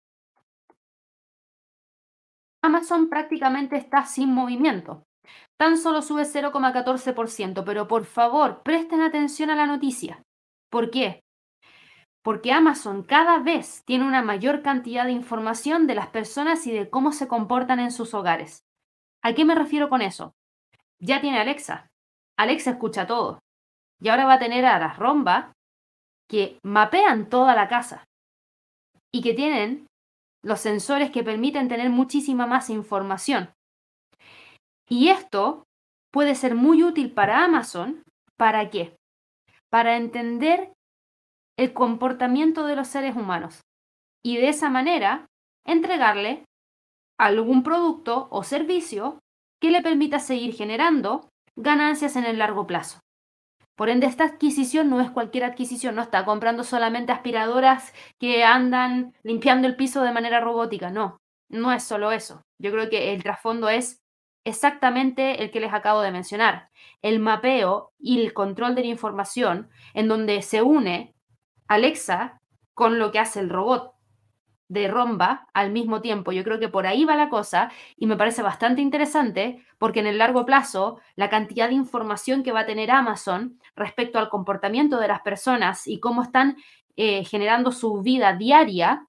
Amazon prácticamente está sin movimiento. Tan solo sube 0,14%, pero por favor, presten atención a la noticia. ¿Por qué? Porque Amazon cada vez tiene una mayor cantidad de información de las personas y de cómo se comportan en sus hogares. ¿A qué me refiero con eso? Ya tiene Alexa. Alexa escucha todo. Y ahora va a tener a las Romba que mapean toda la casa y que tienen los sensores que permiten tener muchísima más información. Y esto puede ser muy útil para Amazon. ¿Para qué? Para entender el comportamiento de los seres humanos y de esa manera entregarle algún producto o servicio que le permita seguir generando ganancias en el largo plazo. Por ende, esta adquisición no es cualquier adquisición, no está comprando solamente aspiradoras que andan limpiando el piso de manera robótica, no, no es solo eso. Yo creo que el trasfondo es exactamente el que les acabo de mencionar, el mapeo y el control de la información en donde se une Alexa con lo que hace el robot de Romba al mismo tiempo. Yo creo que por ahí va la cosa y me parece bastante interesante porque en el largo plazo la cantidad de información que va a tener Amazon respecto al comportamiento de las personas y cómo están generando su vida diaria,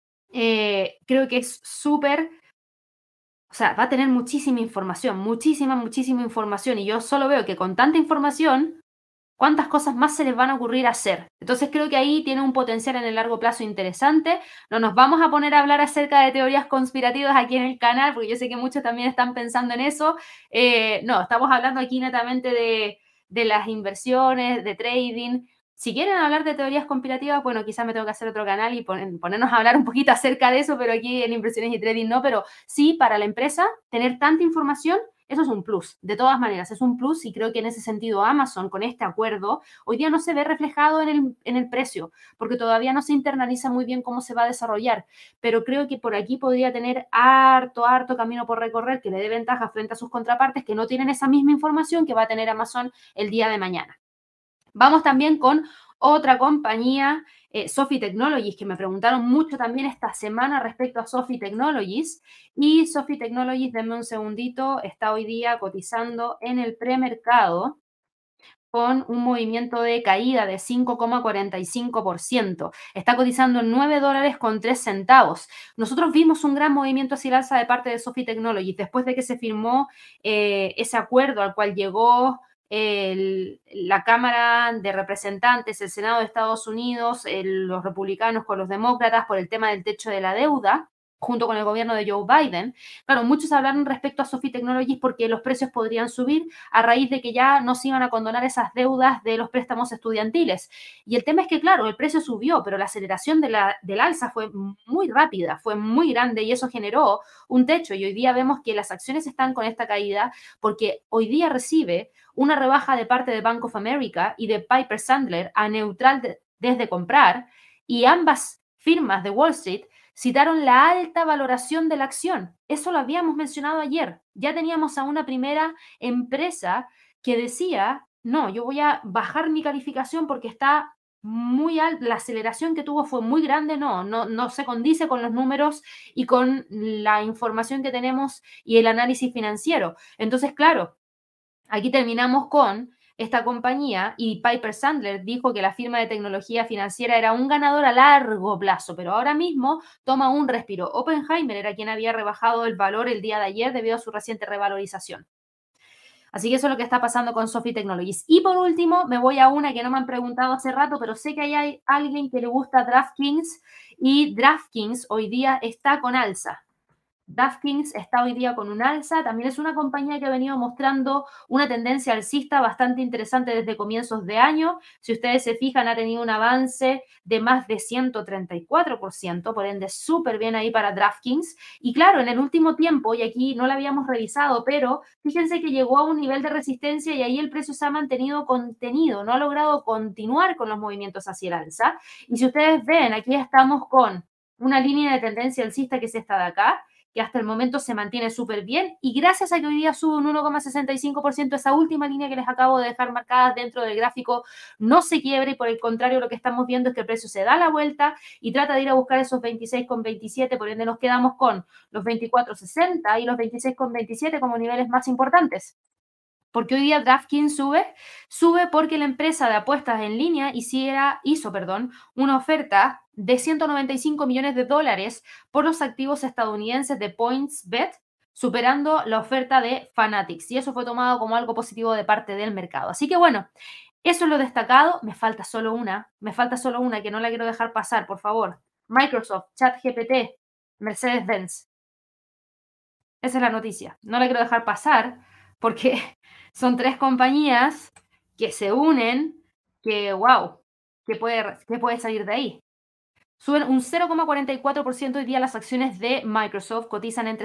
creo que es súper, o sea, va a tener muchísima información, muchísima información y yo solo veo que con tanta información cuántas cosas más se les van a ocurrir a hacer. Entonces creo que ahí tiene un potencial en el largo plazo interesante. No nos vamos a poner a hablar acerca de teorías conspirativas aquí en el canal, porque yo sé que muchos también están pensando en eso. No, estamos hablando aquí netamente de las inversiones, de trading. Si quieren hablar de teorías conspirativas, bueno, quizás me tengo que hacer otro canal y ponernos a hablar un poquito acerca de eso, pero aquí en inversiones y trading no, pero sí para la empresa tener tanta información Eso es un plus. De todas maneras, es un plus y creo que en ese sentido Amazon con este acuerdo hoy día no se ve reflejado en el precio, porque todavía no se internaliza muy bien cómo se va a desarrollar, pero creo que por aquí podría tener harto camino por recorrer que le dé ventaja frente a sus contrapartes que no tienen esa misma información que va a tener Amazon el día de mañana. Vamos también con otra compañía, Sophie Technologies, que me preguntaron mucho también esta semana respecto a Sophie Technologies. Y Sophie Technologies, denme un segundito, está hoy día cotizando en el premercado con un movimiento de caída de 5,45%. Está cotizando en $9.03. Nosotros vimos un gran movimiento hacia el alza de parte de Sophie Technologies después de que se firmó ese acuerdo al cual llegó la Cámara de Representantes, el Senado de Estados Unidos, los republicanos con los demócratas por el tema del techo de la deuda, junto con el gobierno de Joe Biden. Claro, muchos hablaron respecto a Sophie Technologies porque los precios podrían subir a raíz de que ya no se iban a condonar esas deudas de los préstamos estudiantiles. Y el tema es que, claro, el precio subió, pero la aceleración del alza fue muy rápida, fue muy grande y eso generó un techo. Y hoy día vemos que las acciones están con esta caída porque hoy día recibe una rebaja de parte de Bank of America y de Piper Sandler a neutral desde comprar, y ambas firmas de Wall Street citaron la alta valoración de la acción. Eso lo habíamos mencionado ayer. Ya teníamos a una primera empresa que decía, no, yo voy a bajar mi calificación porque está muy alta, la aceleración que tuvo fue muy grande, no se condice con los números y con la información que tenemos y el análisis financiero. Entonces, claro, aquí terminamos con esta compañía y Piper Sandler dijo que la firma de tecnología financiera era un ganador a largo plazo, pero ahora mismo toma un respiro. Oppenheimer era quien había rebajado el valor el día de ayer debido a su reciente revalorización. Así que eso es lo que está pasando con Sophie Technologies. Y por último, me voy a una que no me han preguntado hace rato, pero sé que hay alguien que le gusta DraftKings y DraftKings hoy día está con alza. DraftKings está hoy día con un alza, también es una compañía que ha venido mostrando una tendencia alcista bastante interesante desde comienzos de año. Si ustedes se fijan, ha tenido un avance de más de 134%, por ende súper bien ahí para DraftKings. Y claro, en el último tiempo, y aquí no lo habíamos revisado, pero fíjense que llegó a un nivel de resistencia y ahí el precio se ha mantenido contenido, no ha logrado continuar con los movimientos hacia el alza. Y si ustedes ven, aquí estamos con una línea de tendencia alcista que es esta de acá, que hasta el momento se mantiene súper bien y gracias a que hoy día sube un 1,65%, esa última línea que les acabo de dejar marcada dentro del gráfico no se quiebra y por el contrario lo que estamos viendo es que el precio se da la vuelta y trata de ir a buscar esos 26,27, por ende nos quedamos con los 24,60 y los 26,27 como niveles más importantes. Porque hoy día DraftKings sube porque la empresa de apuestas en línea hizo una oferta de $195 millones por los activos estadounidenses de PointsBet, superando la oferta de Fanatics. Y eso fue tomado como algo positivo de parte del mercado. Así que bueno, eso es lo destacado. Me falta solo una que no la quiero dejar pasar, por favor. Microsoft, ChatGPT, Mercedes-Benz. Esa es la noticia. No la quiero dejar pasar porque son tres compañías que se unen, que wow, que puede salir de ahí. Suben un 0,44% hoy día las acciones de Microsoft, cotizan en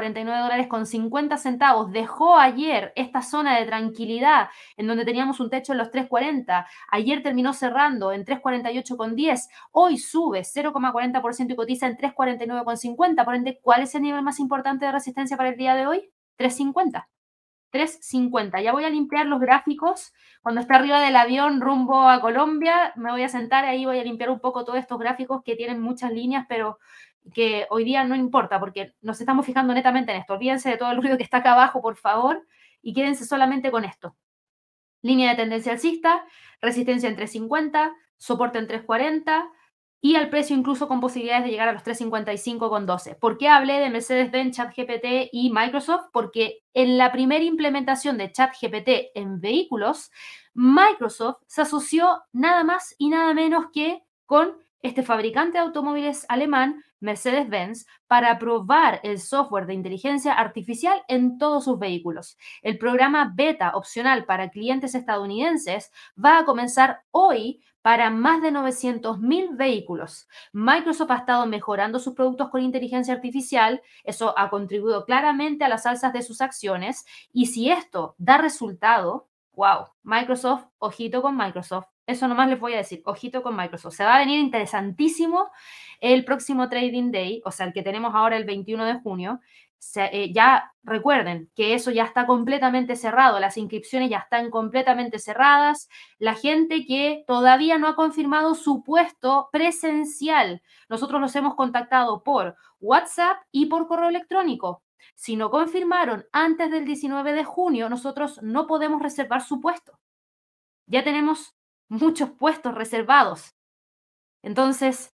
$349,50. Dejó ayer esta zona de tranquilidad en donde teníamos un techo en los 340. Ayer terminó cerrando en 348,10. Hoy sube 0,40% y cotiza en 349,50. Por ende, ¿cuál es el nivel más importante de resistencia para el día de hoy? 350. 350. Ya voy a limpiar los gráficos. Cuando esté arriba del avión rumbo a Colombia, me voy a sentar ahí, voy a limpiar un poco todos estos gráficos que tienen muchas líneas, pero que hoy día no importa porque nos estamos fijando netamente en esto. Olvídense de todo el ruido que está acá abajo, por favor, y quédense solamente con esto. Línea de tendencia alcista, resistencia en 350, soporte en 340 y al precio incluso con posibilidades de llegar a los 355,12. ¿Por qué hablé de Mercedes-Benz, ChatGPT y Microsoft? Porque en la primera implementación de ChatGPT en vehículos, Microsoft se asoció nada más y nada menos que con este fabricante de automóviles alemán, Mercedes-Benz, para probar el software de inteligencia artificial en todos sus vehículos. El programa beta opcional para clientes estadounidenses va a comenzar hoy para más de 900.000 vehículos. Microsoft ha estado mejorando sus productos con inteligencia artificial, eso ha contribuido claramente a las alzas de sus acciones y si esto da resultado, wow, Microsoft, ojito con Microsoft. Eso nomás les voy a decir, ojito con Microsoft. Se va a venir interesantísimo el próximo Trading Day, o sea, el que tenemos ahora el 21 de junio. Ya recuerden que eso ya está completamente cerrado, las inscripciones ya están completamente cerradas. La gente que todavía no ha confirmado su puesto presencial, nosotros los hemos contactado por WhatsApp y por correo electrónico. Si no confirmaron antes del 19 de junio, nosotros no podemos reservar su puesto. Ya tenemos muchos puestos reservados. Entonces,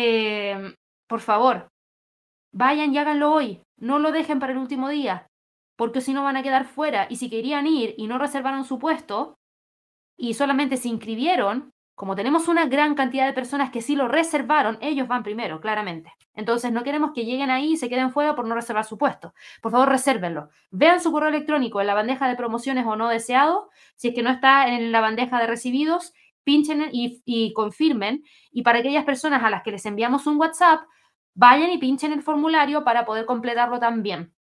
por favor, vayan y háganlo hoy. No lo dejen para el último día, porque si no van a quedar fuera. Y si querían ir y no reservaron su puesto y solamente se inscribieron, como tenemos una gran cantidad de personas que sí lo reservaron, ellos van primero, claramente. Entonces no queremos que lleguen ahí y se queden fuera por no reservar su puesto. Por favor, resérvenlo. Vean su correo electrónico en la bandeja de promociones o no deseado. Si es que no está en la bandeja de recibidos, pinchen y confirmen. Y para aquellas personas a las que les enviamos un WhatsApp, vayan y pinchen el formulario para poder completarlo también.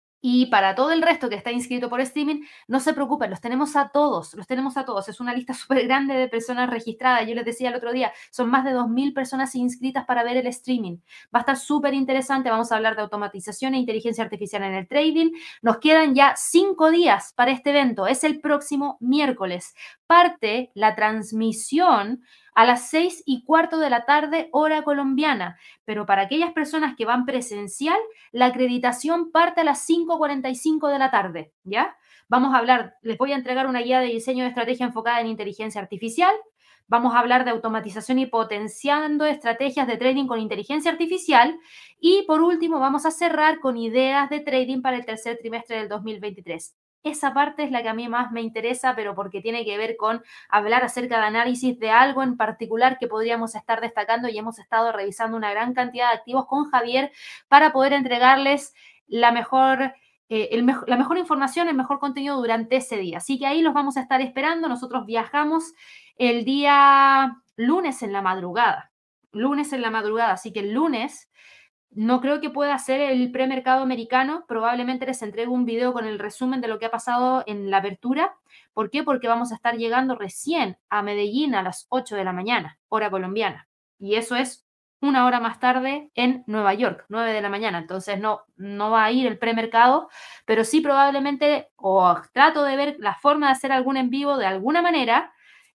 Y para todo el resto que está inscrito por streaming, no se preocupen, los tenemos a todos, los tenemos a todos. Es una lista súper grande de personas registradas. Yo les decía el otro día, son más de 2.000 personas inscritas para ver el streaming. Va a estar súper interesante. Vamos a hablar de automatización e inteligencia artificial en el trading. Nos quedan ya 5 días para este evento. Es el próximo miércoles. Parte la transmisión a las 6:15 de la tarde, hora colombiana. Pero para aquellas personas que van presencial, la acreditación parte a las 5:45 de la tarde, ¿ya? Vamos a hablar, les voy a entregar una guía de diseño de estrategia enfocada en inteligencia artificial. Vamos a hablar de automatización y potenciando estrategias de trading con inteligencia artificial. Y por último, vamos a cerrar con ideas de trading para el tercer trimestre del 2023. Esa parte es la que a mí más me interesa, pero porque tiene que ver con hablar acerca de análisis de algo en particular que podríamos estar destacando y hemos estado revisando una gran cantidad de activos con Javier para poder entregarles la mejor información, el mejor contenido durante ese día. Así que ahí los vamos a estar esperando. Nosotros viajamos el día lunes en la madrugada. Lunes en la madrugada. Así que el lunes no creo que pueda hacer el premercado americano. Probablemente les entregue un video con el resumen de lo que ha pasado en la apertura. ¿Por qué? Porque vamos a estar llegando recién a Medellín a las 8 de la mañana, hora colombiana. Y eso es una hora más tarde en Nueva York, 9 de la mañana. Entonces no va a ir el premercado, pero sí probablemente, o trato de ver la forma de hacer algún en vivo de alguna manera,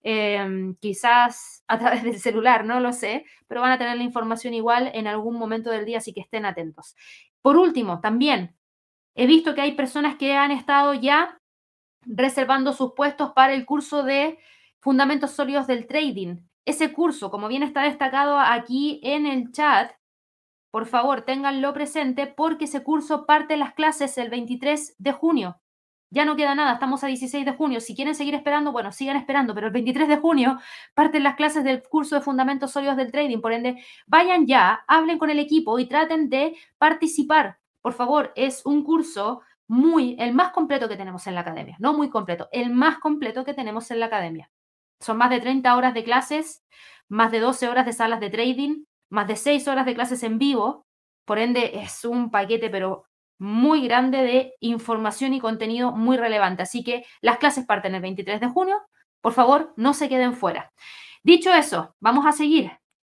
quizás a través del celular, no lo sé, pero van a tener la información igual en algún momento del día, así que estén atentos. Por último, también he visto que hay personas que han estado ya reservando sus puestos para el curso de Fundamentos Sólidos del Trading. Ese curso, como bien está destacado aquí en el chat, por favor, ténganlo presente porque ese curso parte las clases el 23 de junio. Ya no queda nada, estamos a 16 de junio. Si quieren seguir esperando, bueno, sigan esperando, pero el 23 de junio parten las clases del curso de Fundamentos Sólidos del Trading. Por ende, vayan ya, hablen con el equipo y traten de participar. Por favor, es un curso el más completo que tenemos en la academia. No muy completo, el más completo que tenemos en la academia. Son más de 30 horas de clases, más de 12 horas de salas de trading, más de 6 horas de clases en vivo. Por ende, es un paquete, pero muy grande de información y contenido muy relevante. Así que las clases parten el 23 de junio. Por favor, no se queden fuera. Dicho eso, vamos a seguir.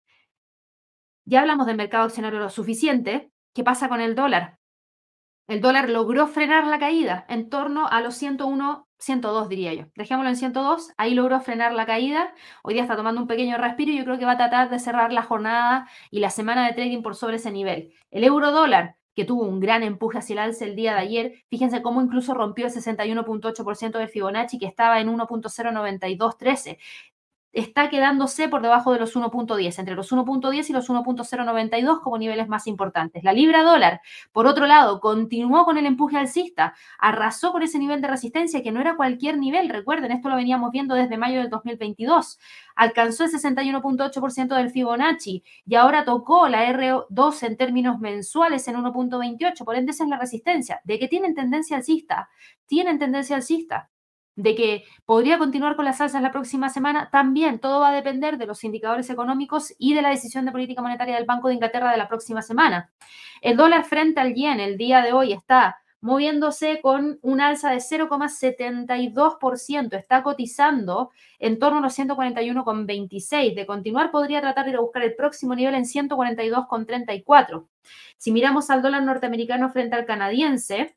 Ya hablamos del mercado accionario lo suficiente. ¿Qué pasa con el dólar? El dólar logró frenar la caída en torno a los 101, 102 diría yo. Dejémoslo en 102, ahí logró frenar la caída. Hoy día está tomando un pequeño respiro y yo creo que va a tratar de cerrar la jornada y la semana de trading por sobre ese nivel. El euro dólar, que tuvo un gran empuje hacia el alza el día de ayer, fíjense cómo incluso rompió el 61.8% del Fibonacci que estaba en 1.09213. Está quedándose por debajo de los 1.10, entre los 1.10 y los 1.092 como niveles más importantes. La libra dólar, por otro lado, continuó con el empuje alcista, arrasó con ese nivel de resistencia que no era cualquier nivel, recuerden, esto lo veníamos viendo desde mayo del 2022, alcanzó el 61.8% del Fibonacci y ahora tocó la R2 en términos mensuales en 1.28, por ende esa es la resistencia. ¿De que tienen tendencia alcista? Tienen tendencia alcista. de que podría continuar con las alzas la próxima semana, también todo va a depender de los indicadores económicos y de la decisión de política monetaria del Banco de Inglaterra de la próxima semana. El dólar frente al yen el día de hoy está moviéndose con un alza de 0,72%, está cotizando en torno a los 141,26. De continuar, podría tratar de ir a buscar el próximo nivel en 142,34. Si miramos al dólar norteamericano frente al canadiense,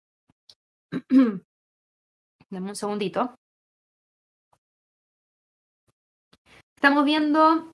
dame un segundito. Estamos viendo,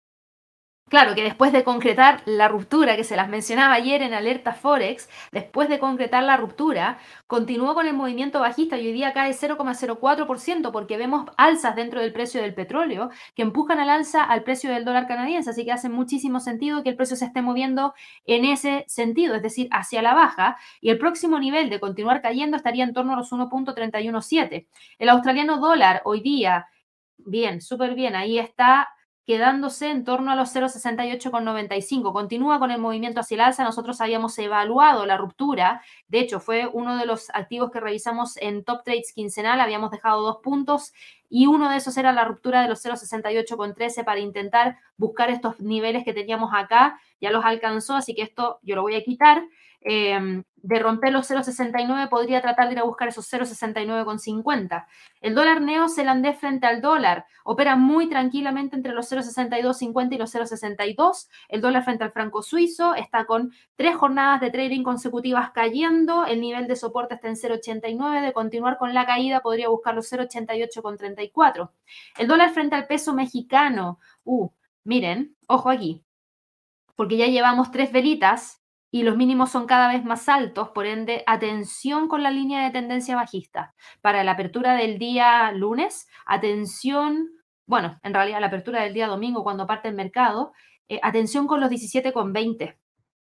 claro, que después de concretar la ruptura, que se las mencionaba ayer en Alerta Forex, después de concretar la ruptura, continuó con el movimiento bajista y hoy día cae 0,04% porque vemos alzas dentro del precio del petróleo que empujan al alza al precio del dólar canadiense, así que hace muchísimo sentido que el precio se esté moviendo en ese sentido, es decir, hacia la baja, y el próximo nivel de continuar cayendo estaría en torno a los 1,317. El australiano dólar hoy día, bien, súper bien, ahí está quedándose en torno a los 0,68,95. Continúa con el movimiento hacia el alza. Nosotros habíamos evaluado la ruptura. De hecho, fue uno de los activos que revisamos en Top Trades quincenal. Habíamos dejado 2 puntos y uno de esos era la ruptura de los 0,68,13 para intentar buscar estos niveles que teníamos acá. Ya los alcanzó, así que esto yo lo voy a quitar. De romper los 0,69 podría tratar de ir a buscar esos 0,69,50. El dólar neozelandés frente al dólar opera muy tranquilamente entre los 0,6250 y los 0,62. El dólar frente al franco suizo está con 3 jornadas de trading consecutivas cayendo. El nivel de soporte está en 0,89. De continuar con la caída podría buscar los 0,88,34. El dólar frente al peso mexicano. Miren, ojo aquí, porque ya llevamos 3 velitas y los mínimos son cada vez más altos, por ende, atención con la línea de tendencia bajista. Para la apertura del día lunes, atención, bueno, en realidad la apertura del día domingo cuando parte el mercado, atención con los 17,20,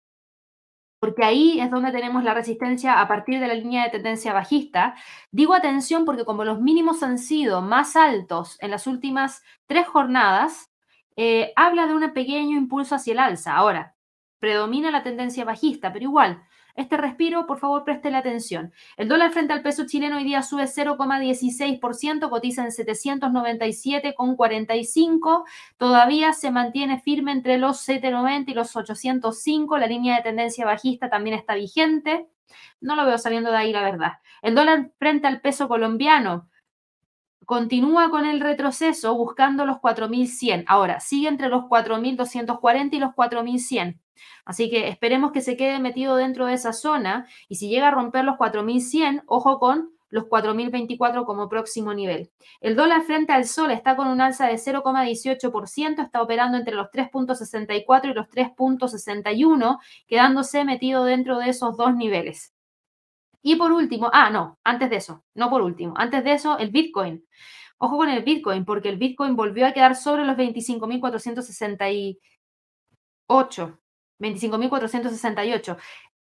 porque ahí es donde tenemos la resistencia a partir de la línea de tendencia bajista. Digo atención porque como los mínimos han sido más altos en las últimas 3 jornadas, habla de un pequeño impulso hacia el alza. Ahora, predomina la tendencia bajista, pero igual, este respiro, por favor, préstele atención. El dólar frente al peso chileno hoy día sube 0,16%, cotiza en 797,45. Todavía se mantiene firme entre los 790 y los 805. La línea de tendencia bajista también está vigente. No lo veo saliendo de ahí, la verdad. El dólar frente al peso colombiano continúa con el retroceso buscando los 4.100. Ahora, sigue entre los 4.240 y los 4.100. Así que esperemos que se quede metido dentro de esa zona y si llega a romper los 4.100, ojo con los 4.024 como próximo nivel. El dólar frente al sol está con un alza de 0,18%, está operando entre los 3,64 y los 3,61, quedándose metido dentro de esos dos niveles. Y por último, antes de eso, no por último, antes de eso, el Bitcoin. Ojo con el Bitcoin, porque el Bitcoin volvió a quedar sobre los 25.468. 25.468.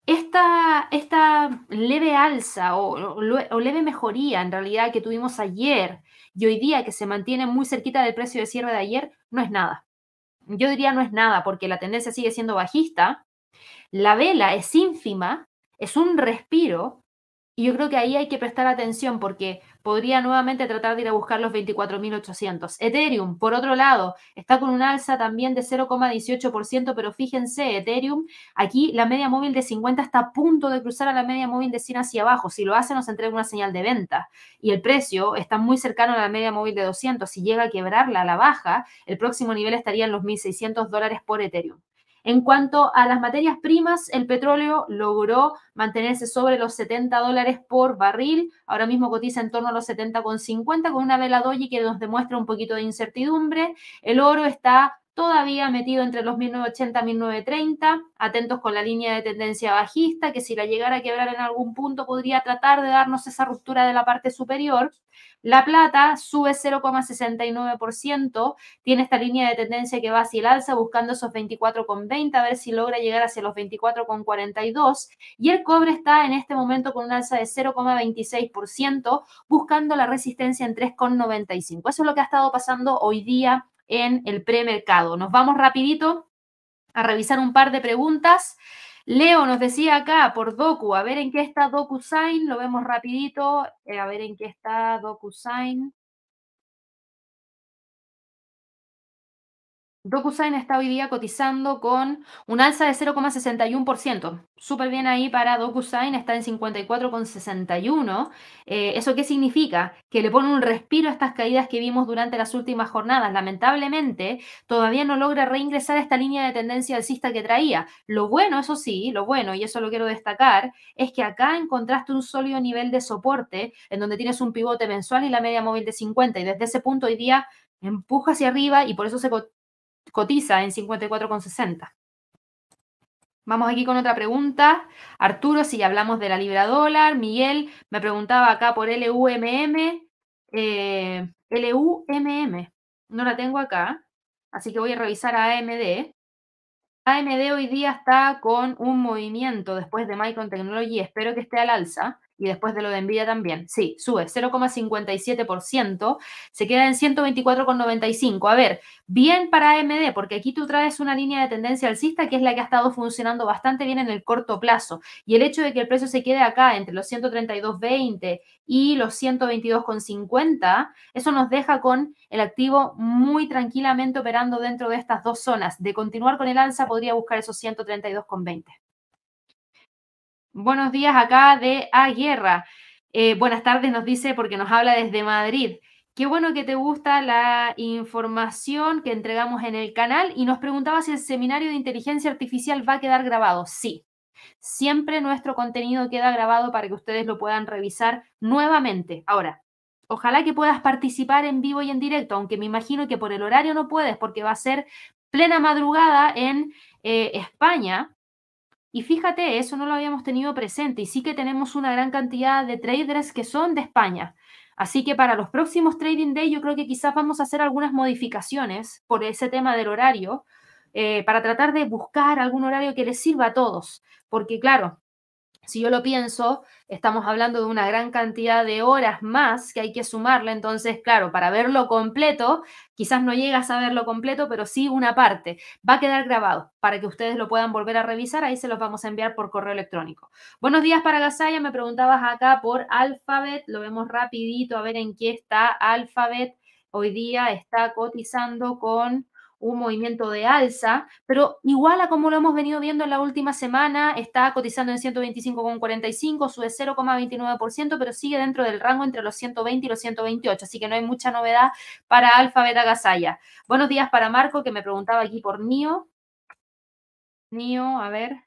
Esta leve alza o leve mejoría en realidad que tuvimos ayer y hoy día que se mantiene muy cerquita del precio de cierre de ayer, no es nada. Yo diría no es nada porque la tendencia sigue siendo bajista, la vela es ínfima, es un respiro. Y yo creo que ahí hay que prestar atención porque podría nuevamente tratar de ir a buscar los 24.800. Ethereum, por otro lado, está con un alza también de 0,18%, pero fíjense, Ethereum, aquí la media móvil de 50 está a punto de cruzar a la media móvil de 100 hacia abajo. Si lo hace, nos entrega una señal de venta. Y el precio está muy cercano a la media móvil de 200. Si llega a quebrarla a la baja, el próximo nivel estaría en los $1.600 por Ethereum. En cuanto a las materias primas, el petróleo logró mantenerse sobre los $70 por barril. Ahora mismo cotiza en torno a los 70,50 con una vela doji que nos demuestra un poquito de incertidumbre. El oro está todavía metido entre los 1980 y 1930, atentos con la línea de tendencia bajista, que si la llegara a quebrar en algún punto podría tratar de darnos esa ruptura de la parte superior. La plata sube 0,69%, tiene esta línea de tendencia que va hacia el alza buscando esos 24,20, a ver si logra llegar hacia los 24,42. Y el cobre está en este momento con un alza de 0,26%, buscando la resistencia en 3,95. Eso es lo que ha estado pasando hoy día en el premercado. Nos vamos rapidito a revisar un par de preguntas. Leo nos decía acá por Doku, a ver en qué está DocuSign, lo vemos rapidito, a ver en qué está DocuSign. DocuSign está hoy día cotizando con un alza de 0,61%. Súper bien ahí para DocuSign, está en 54,61. ¿Eso qué significa? Que le pone un respiro a estas caídas que vimos durante las últimas jornadas. Lamentablemente, todavía no logra reingresar a esta línea de tendencia alcista que traía. Lo bueno, eso sí, lo bueno, y eso lo quiero destacar, es que acá encontraste un sólido nivel de soporte en donde tienes un pivote mensual y la media móvil de 50. Y desde ese punto hoy día empuja hacia arriba y por eso se cotiza en 54,60. Vamos aquí con otra pregunta. Arturo, si ya hablamos de la libra dólar. Miguel me preguntaba acá por LUMM. LUMM. No la tengo acá. Así que voy a revisar a AMD. AMD hoy día está con un movimiento después de Micron Technology, espero que esté al alza, y después de lo de Nvidia también. Sí, sube 0,57%, se queda en 124,95. A ver, bien para AMD, porque aquí tú traes una línea de tendencia alcista que es la que ha estado funcionando bastante bien en el corto plazo. Y el hecho de que el precio se quede acá entre los 132,20 y los 122,50, eso nos deja con el activo muy tranquilamente operando dentro de estas dos zonas. De continuar con el alza, podría buscar esos 132,20. Buenos días acá de A Guerra. Buenas tardes, nos dice, porque nos habla desde Madrid. Qué bueno que te gusta la información que entregamos en el canal y nos preguntaba si el seminario de inteligencia artificial va a quedar grabado. Sí, siempre nuestro contenido queda grabado para que ustedes lo puedan revisar nuevamente. Ahora, ojalá que puedas participar en vivo y en directo, aunque me imagino que por el horario no puedes porque va a ser plena madrugada en España. Y fíjate, eso no lo habíamos tenido presente y sí que tenemos una gran cantidad de traders que son de España. Así que para los próximos Trading Day yo creo que quizás vamos a hacer algunas modificaciones por ese tema del horario, para tratar de buscar algún horario que les sirva a todos. Porque claro, si yo lo pienso, estamos hablando de una gran cantidad de horas más que hay que sumarle. Entonces, claro, para verlo completo, quizás no llegas a verlo completo, pero sí una parte. Va a quedar grabado para que ustedes lo puedan volver a revisar. Ahí se los vamos a enviar por correo electrónico. Buenos días para Gasaya. Me preguntabas acá por Alphabet. Lo vemos rapidito a ver en qué está Alphabet. Hoy día está cotizando con un movimiento de alza, pero igual a como lo hemos venido viendo en la última semana, está cotizando en 125,45, sube 0,29%, pero sigue dentro del rango entre los 120 y los 128, así que no hay mucha novedad para Alfa Beta Gasaya. Buenos días para Marco, que me preguntaba aquí por NIO. NIO, a ver.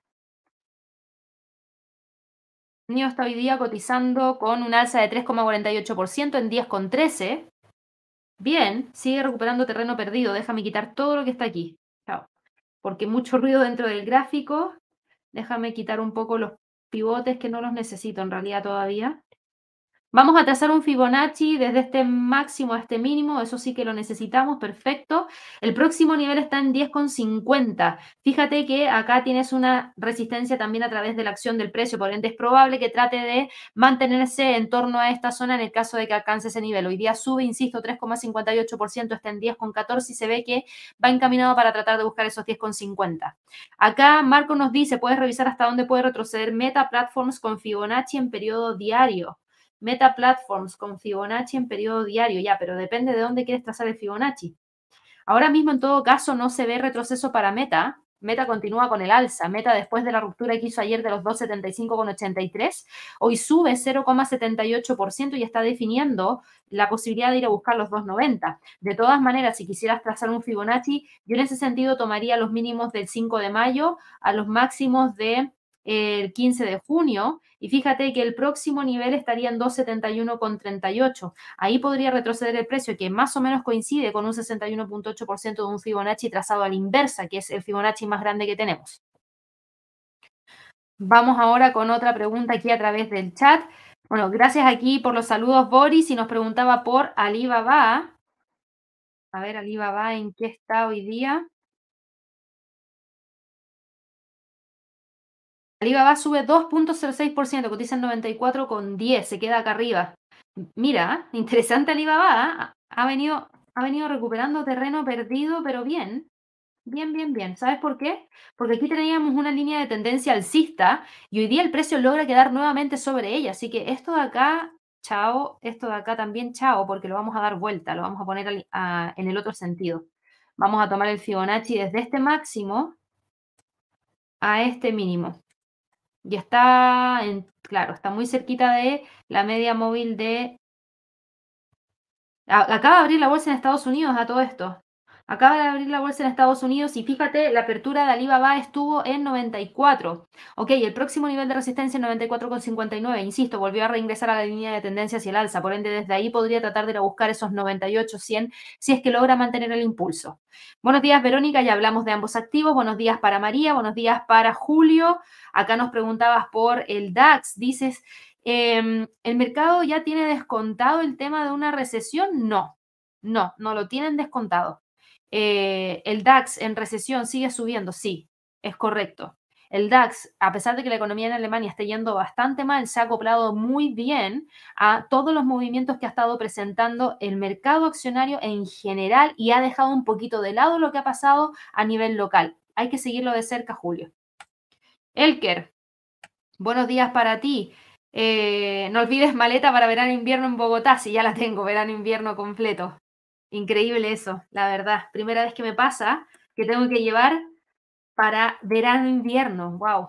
NIO está hoy día cotizando con un alza de 3,48% en 10,13. Bien, sigue recuperando terreno perdido. Déjame quitar todo lo que está aquí. Chao. Porque mucho ruido dentro del gráfico. Déjame quitar un poco los pivotes que no los necesito en realidad todavía. Vamos a trazar un Fibonacci desde este máximo a este mínimo, eso sí que lo necesitamos, perfecto. El próximo nivel está en 10,50. Fíjate que acá tienes una resistencia también a través de la acción del precio, por ende es probable que trate de mantenerse en torno a esta zona en el caso de que alcance ese nivel. Hoy día sube, insisto, 3,58%, está en 10,14 y se ve que va encaminado para tratar de buscar esos 10,50. Acá Marco nos dice, puedes revisar hasta dónde puede retroceder Meta Platforms con Fibonacci en periodo diario. Meta Platforms con Fibonacci en periodo diario, ya, pero depende de dónde quieres trazar el Fibonacci. Ahora mismo, en todo caso, no se ve retroceso para Meta. Meta continúa con el alza. Meta, después de la ruptura que hizo ayer de los 275,83, hoy sube 0,78% y está definiendo la posibilidad de ir a buscar los 2,90. De todas maneras, si quisieras trazar un Fibonacci, yo en ese sentido tomaría los mínimos del 5 de mayo a los máximos de el 15 de junio, y fíjate que el próximo nivel estaría en 271,38. Ahí podría retroceder el precio, que más o menos coincide con un 61,8% de un Fibonacci trazado a la inversa, que es el Fibonacci más grande que tenemos. Vamos ahora con otra pregunta aquí a través del chat. Bueno, gracias aquí por los saludos, Boris, y nos preguntaba por Alibaba. A ver, Alibaba, ¿en qué está hoy día? Alibaba sube 2,06%, cotiza en 94,10, se queda acá arriba. Mira, interesante Alibaba, ha venido recuperando terreno perdido, pero bien. Bien, bien, bien. ¿Sabes por qué? Porque aquí teníamos una línea de tendencia alcista y hoy día el precio logra quedar nuevamente sobre ella. Así que esto de acá, chao, esto de acá también, chao, porque lo vamos a dar vuelta, lo vamos a poner en el otro sentido. Vamos a tomar el Fibonacci desde este máximo a este mínimo. Y está claro, está muy cerquita de la media móvil de acaba de abrir la bolsa en Estados Unidos a todo esto. Acaba de abrir la bolsa en Estados Unidos y fíjate, la apertura de Alibaba estuvo en 94. Ok, el próximo nivel de resistencia en 94,59. Insisto, volvió a reingresar a la línea de tendencia hacia el alza. Por ende, desde ahí podría tratar de ir a buscar esos 98, 100, si es que logra mantener el impulso. Buenos días, Verónica. Ya hablamos de ambos activos. Buenos días para María. Buenos días para Julio. Acá nos preguntabas por el DAX. Dices, ¿el mercado ya tiene descontado el tema de una recesión? No, no, no lo tienen descontado. ¿El DAX en recesión sigue subiendo? Sí, es correcto. El DAX, a pesar de que la economía en Alemania esté yendo bastante mal, se ha acoplado muy bien a todos los movimientos que ha estado presentando el mercado accionario en general y ha dejado un poquito de lado lo que ha pasado a nivel local. Hay que seguirlo de cerca, Julio. Elker, buenos días para ti. No olvides maleta para verano-invierno en Bogotá, si ya la tengo, verano-invierno completo. Increíble eso, la verdad. Primera vez que me pasa que tengo que llevar para verano-invierno, wow.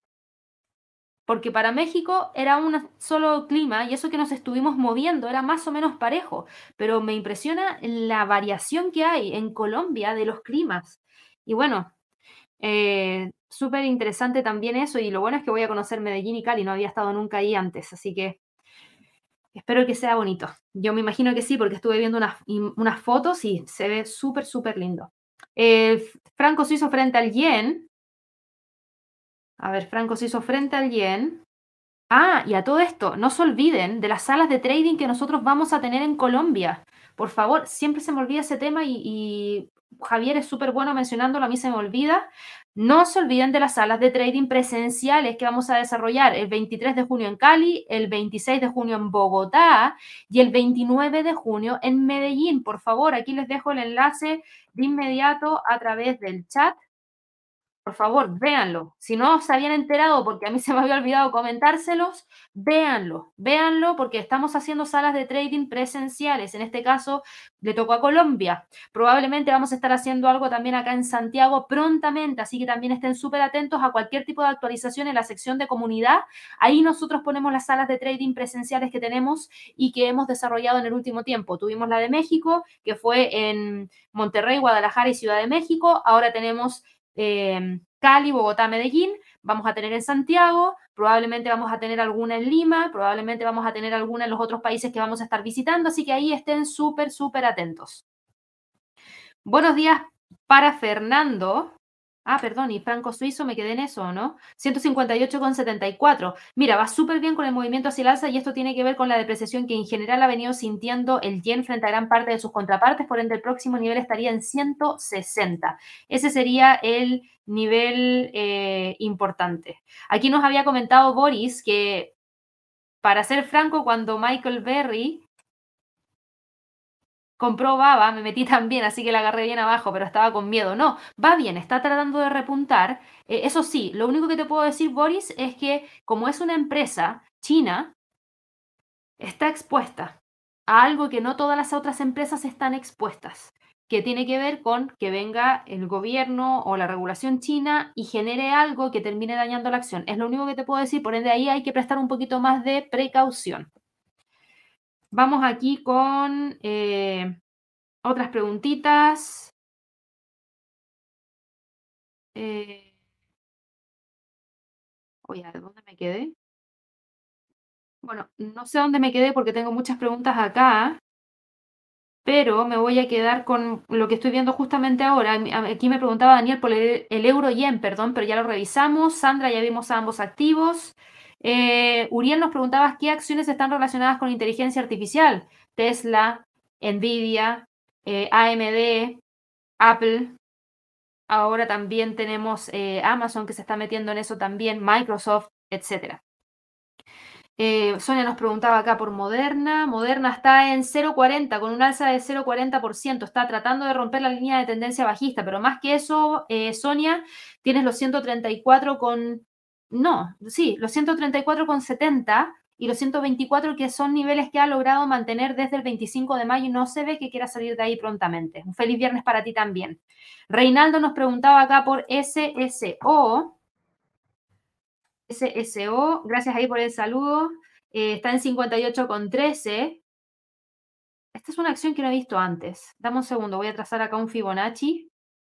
Porque para México era un solo clima y eso que nos estuvimos moviendo era más o menos parejo, pero me impresiona la variación que hay en Colombia de los climas. Y bueno, súper interesante también eso y lo bueno es que voy a conocer Medellín y Cali, no había estado nunca ahí antes, así que espero que sea bonito. Yo me imagino que sí, porque estuve viendo unas fotos y se ve súper, súper lindo. Franco suizo frente al yen. A ver, franco suizo frente al yen. Ah, y a todo esto, no se olviden de las salas de trading que nosotros vamos a tener en Colombia. Por favor, siempre se me olvida ese tema y Javier es súper bueno mencionándolo, a mí se me olvida. No se olviden de las salas de trading presenciales que vamos a desarrollar el 23 de junio en Cali, el 26 de junio en Bogotá y el 29 de junio en Medellín. Por favor, aquí les dejo el enlace de inmediato a través del chat. Por favor, véanlo. Si no se habían enterado, porque a mí se me había olvidado comentárselos, véanlo, véanlo, porque estamos haciendo salas de trading presenciales. En este caso, le tocó a Colombia. Probablemente vamos a estar haciendo algo también acá en Santiago prontamente, así que también estén súper atentos a cualquier tipo de actualización en la sección de comunidad. Ahí nosotros ponemos las salas de trading presenciales que tenemos y que hemos desarrollado en el último tiempo. Tuvimos la de México, que fue en Monterrey, Guadalajara y Ciudad de México. Ahora tenemos Cali, Bogotá, Medellín, vamos a tener en Santiago, probablemente vamos a tener alguna en Lima, probablemente vamos a tener alguna en los otros países que vamos a estar visitando, así que ahí estén súper, súper atentos. Buenos días para Fernando. Ah, perdón, y franco suizo, me quedé en eso, ¿no? 158,74. Mira, va súper bien con el movimiento hacia el alza y esto tiene que ver con la depreciación que en general ha venido sintiendo el yen frente a gran parte de sus contrapartes, por ende el próximo nivel estaría en 160. Ese sería el nivel importante. Aquí nos había comentado Boris que, para ser franco, cuando Michael Berry compró baba, me metí también, así que la agarré bien abajo, pero estaba con miedo. No, va bien, está tratando de repuntar. Eso sí, lo único que te puedo decir, Boris, es que como es una empresa china, está expuesta a algo que no todas las otras empresas están expuestas, que tiene que ver con que venga el gobierno o la regulación china y genere algo que termine dañando la acción. Es lo único que te puedo decir, por ende ahí hay que prestar un poquito más de precaución. Vamos aquí con otras preguntitas. Eh, oye, ¿dónde me quedé? Bueno, no sé dónde me quedé porque tengo muchas preguntas acá, pero me voy a quedar con lo que estoy viendo justamente ahora. Aquí me preguntaba Daniel por el euro-yen, perdón, pero ya lo revisamos. Sandra, ya vimos a ambos activos. Uriel nos preguntaba qué acciones están relacionadas con inteligencia artificial. Tesla, Nvidia, AMD, Apple. Ahora también tenemos Amazon que se está metiendo en eso también, Microsoft, etcétera. Sonia nos preguntaba acá por Moderna. Moderna está en 0,40 con un alza de 0,40%. Está tratando de romper la línea de tendencia bajista, pero más que eso, Sonia, tienes los 134 con... No, sí, los 134,70 y los 124 que son niveles que ha logrado mantener desde el 25 de mayo y no se ve que quiera salir de ahí prontamente. Un feliz viernes para ti también. Reinaldo nos preguntaba acá por SSO. SSO, gracias ahí por el saludo. Está en 58,13. Esta es una acción que no he visto antes. Dame un segundo, voy a trazar acá un Fibonacci.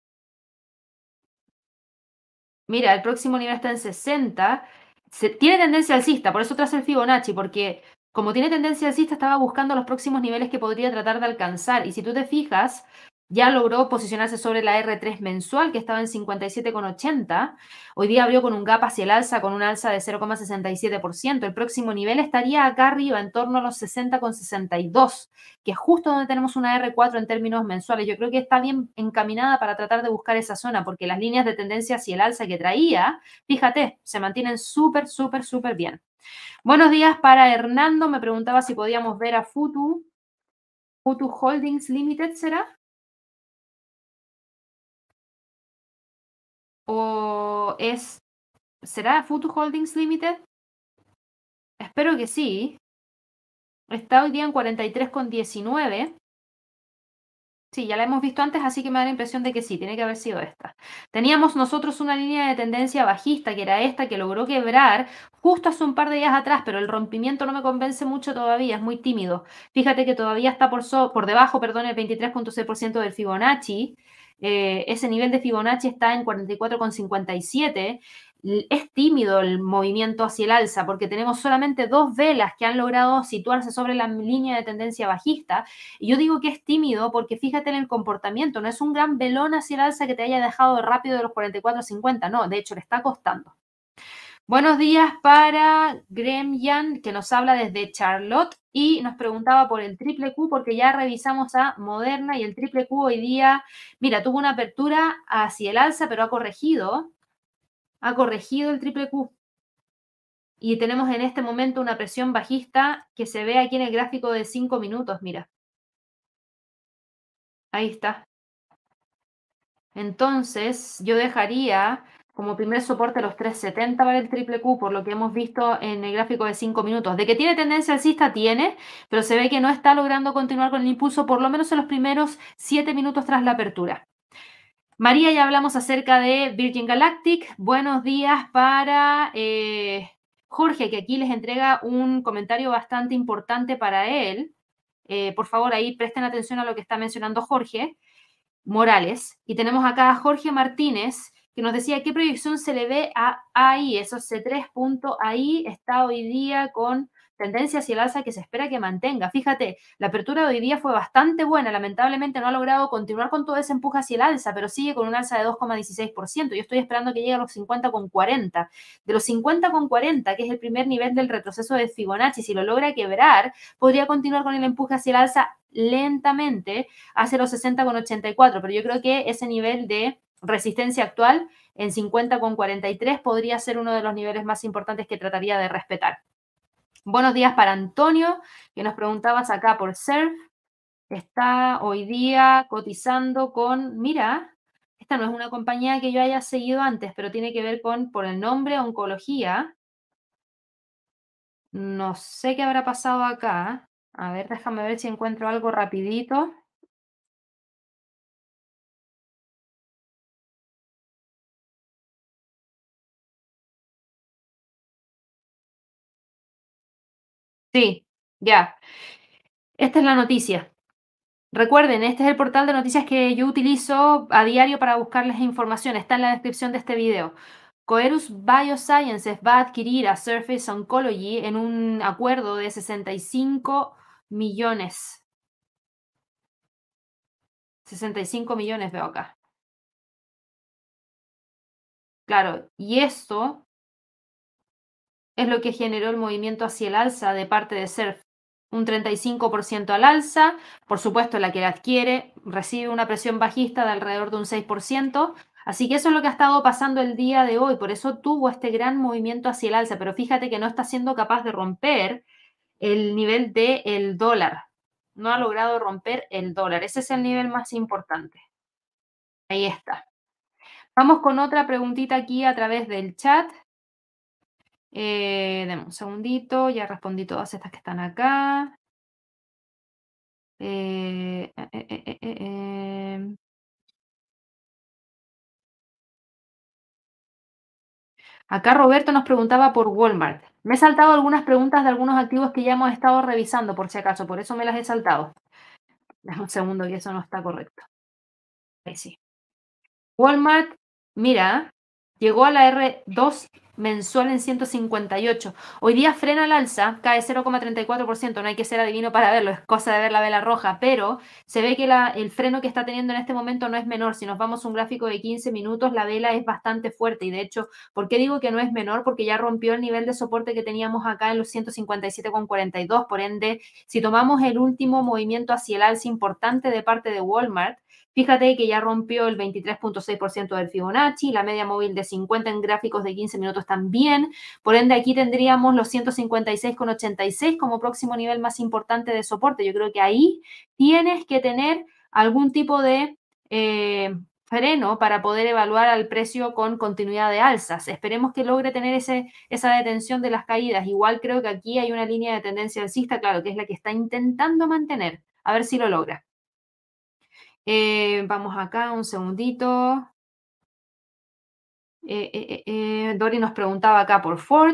Mira, el próximo nivel está en 60. Tiene tendencia alcista, por eso trazo el Fibonacci, porque como tiene tendencia alcista, estaba buscando los próximos niveles que podría tratar de alcanzar. Y si tú te fijas, ya logró posicionarse sobre la R3 mensual, que estaba en 57,80. Hoy día abrió con un gap hacia el alza, con un alza de 0,67%. El próximo nivel estaría acá arriba, en torno a los 60,62, que es justo donde tenemos una R4 en términos mensuales. Yo creo que está bien encaminada para tratar de buscar esa zona, porque las líneas de tendencia hacia el alza que traía, fíjate, se mantienen súper, súper, súper bien. Buenos días para Hernando. Me preguntaba si podíamos ver a Futu Holdings Limited, ¿será? ¿O será Futu Holdings Limited? Espero que sí. Está hoy día en 43,19. Sí, ya la hemos visto antes, así que me da la impresión de que sí, tiene que haber sido esta. Teníamos nosotros una línea de tendencia bajista, que era esta, que logró quebrar justo hace un par de días atrás, pero el rompimiento no me convence mucho todavía, es muy tímido. Fíjate que todavía está por debajo, perdón, el 23,6% del Fibonacci. Ese nivel de Fibonacci está en 44,57. Es tímido el movimiento hacia el alza porque tenemos solamente dos velas que han logrado situarse sobre la línea de tendencia bajista. Y yo digo que es tímido porque fíjate en el comportamiento, no es un gran velón hacia el alza que te haya dejado rápido de los 44,50, no, de hecho le está costando. Buenos días para Gremyan, que nos habla desde Charlotte y nos preguntaba por el triple Q, porque ya revisamos a Moderna y el triple Q hoy día, mira, tuvo una apertura hacia el alza, pero ha corregido el triple Q. Y tenemos en este momento una presión bajista que se ve aquí en el gráfico de 5 minutos, mira. Ahí está. Entonces, yo dejaría como primer soporte los 370 para el triple Q, por lo que hemos visto en el gráfico de 5 minutos. De que tiene tendencia alcista, tiene, pero se ve que no está logrando continuar con el impulso, por lo menos en los primeros 7 minutos tras la apertura. María, ya hablamos acerca de Virgin Galactic. Buenos días para Jorge, que aquí les entrega un comentario bastante importante para él. Por favor, ahí presten atención a lo que está mencionando Jorge Morales. Y tenemos acá a Jorge Martínez, que nos decía qué proyección se le ve a AI. Esos C3 punto AI está hoy día con tendencia hacia el alza que se espera que mantenga. Fíjate, la apertura de hoy día fue bastante buena. Lamentablemente no ha logrado continuar con todo ese empuje hacia el alza, pero sigue con un alza de 2,16%. Yo estoy esperando que llegue a los 50,40. De los 50,40, que es el primer nivel del retroceso de Fibonacci, si lo logra quebrar, podría continuar con el empuje hacia el alza lentamente hacia los 60,84, pero yo creo que ese nivel de resistencia actual en 50,43 podría ser uno de los niveles más importantes que trataría de respetar. Buenos días para Antonio, que nos preguntabas acá por SERF. Está hoy día cotizando con, mira, esta no es una compañía que yo haya seguido antes, pero tiene que ver con, por el nombre, oncología. No sé qué habrá pasado acá. A ver, déjame ver si encuentro algo rapidito. Sí, ya. Esta es la noticia. Recuerden, este es el portal de noticias que yo utilizo a diario para buscarles información. Está en la descripción de este video. Coherus Biosciences va a adquirir a Surface Oncology en un acuerdo de 65 millones. 65 millones veo acá. Claro, y esto es lo que generó el movimiento hacia el alza de parte de Surf. Un 35% al alza, por supuesto la que la adquiere recibe una presión bajista de alrededor de un 6%, Así que eso es lo que ha estado pasando el día de hoy, por eso tuvo este gran movimiento hacia el alza, pero fíjate que no está siendo capaz de romper el nivel del dólar. No ha logrado romper el dólar. Ese es el nivel más importante. Ahí está. Vamos con otra preguntita aquí a través del chat. Deme un segundito, ya respondí todas estas que están acá. Eh, eh, eh, eh, eh, em. Acá Roberto nos preguntaba por Walmart. Me he saltado algunas preguntas de algunos activos que ya hemos estado revisando, por si acaso, por eso me las he saltado. Dame un segundo que eso no está correcto. Ahí sí. Walmart, mira, llegó a la R2 mensual en 158. Hoy día frena al alza, cae 0,34%. No hay que ser adivino para verlo, es cosa de ver la vela roja, pero se ve que el freno que está teniendo en este momento no es menor. Si nos vamos a un gráfico de 15 minutos, la vela es bastante fuerte y de hecho, ¿por qué digo que no es menor? Porque ya rompió el nivel de soporte que teníamos acá en los 157,42. Por ende, si tomamos el último movimiento hacia el alza importante de parte de Walmart, fíjate que ya rompió el 23,6% del Fibonacci, la media móvil de 50 en gráficos de 15 minutos también. Por ende, aquí tendríamos los 156,86 como próximo nivel más importante de soporte. Yo creo que ahí tienes que tener algún tipo de freno para poder evaluar al precio con continuidad de alzas. Esperemos que logre tener esa detención de las caídas. Igual creo que aquí hay una línea de tendencia alcista, claro, que es la que está intentando mantener. A ver si lo logra. Vamos acá, un segundito. Dori nos preguntaba acá por Ford.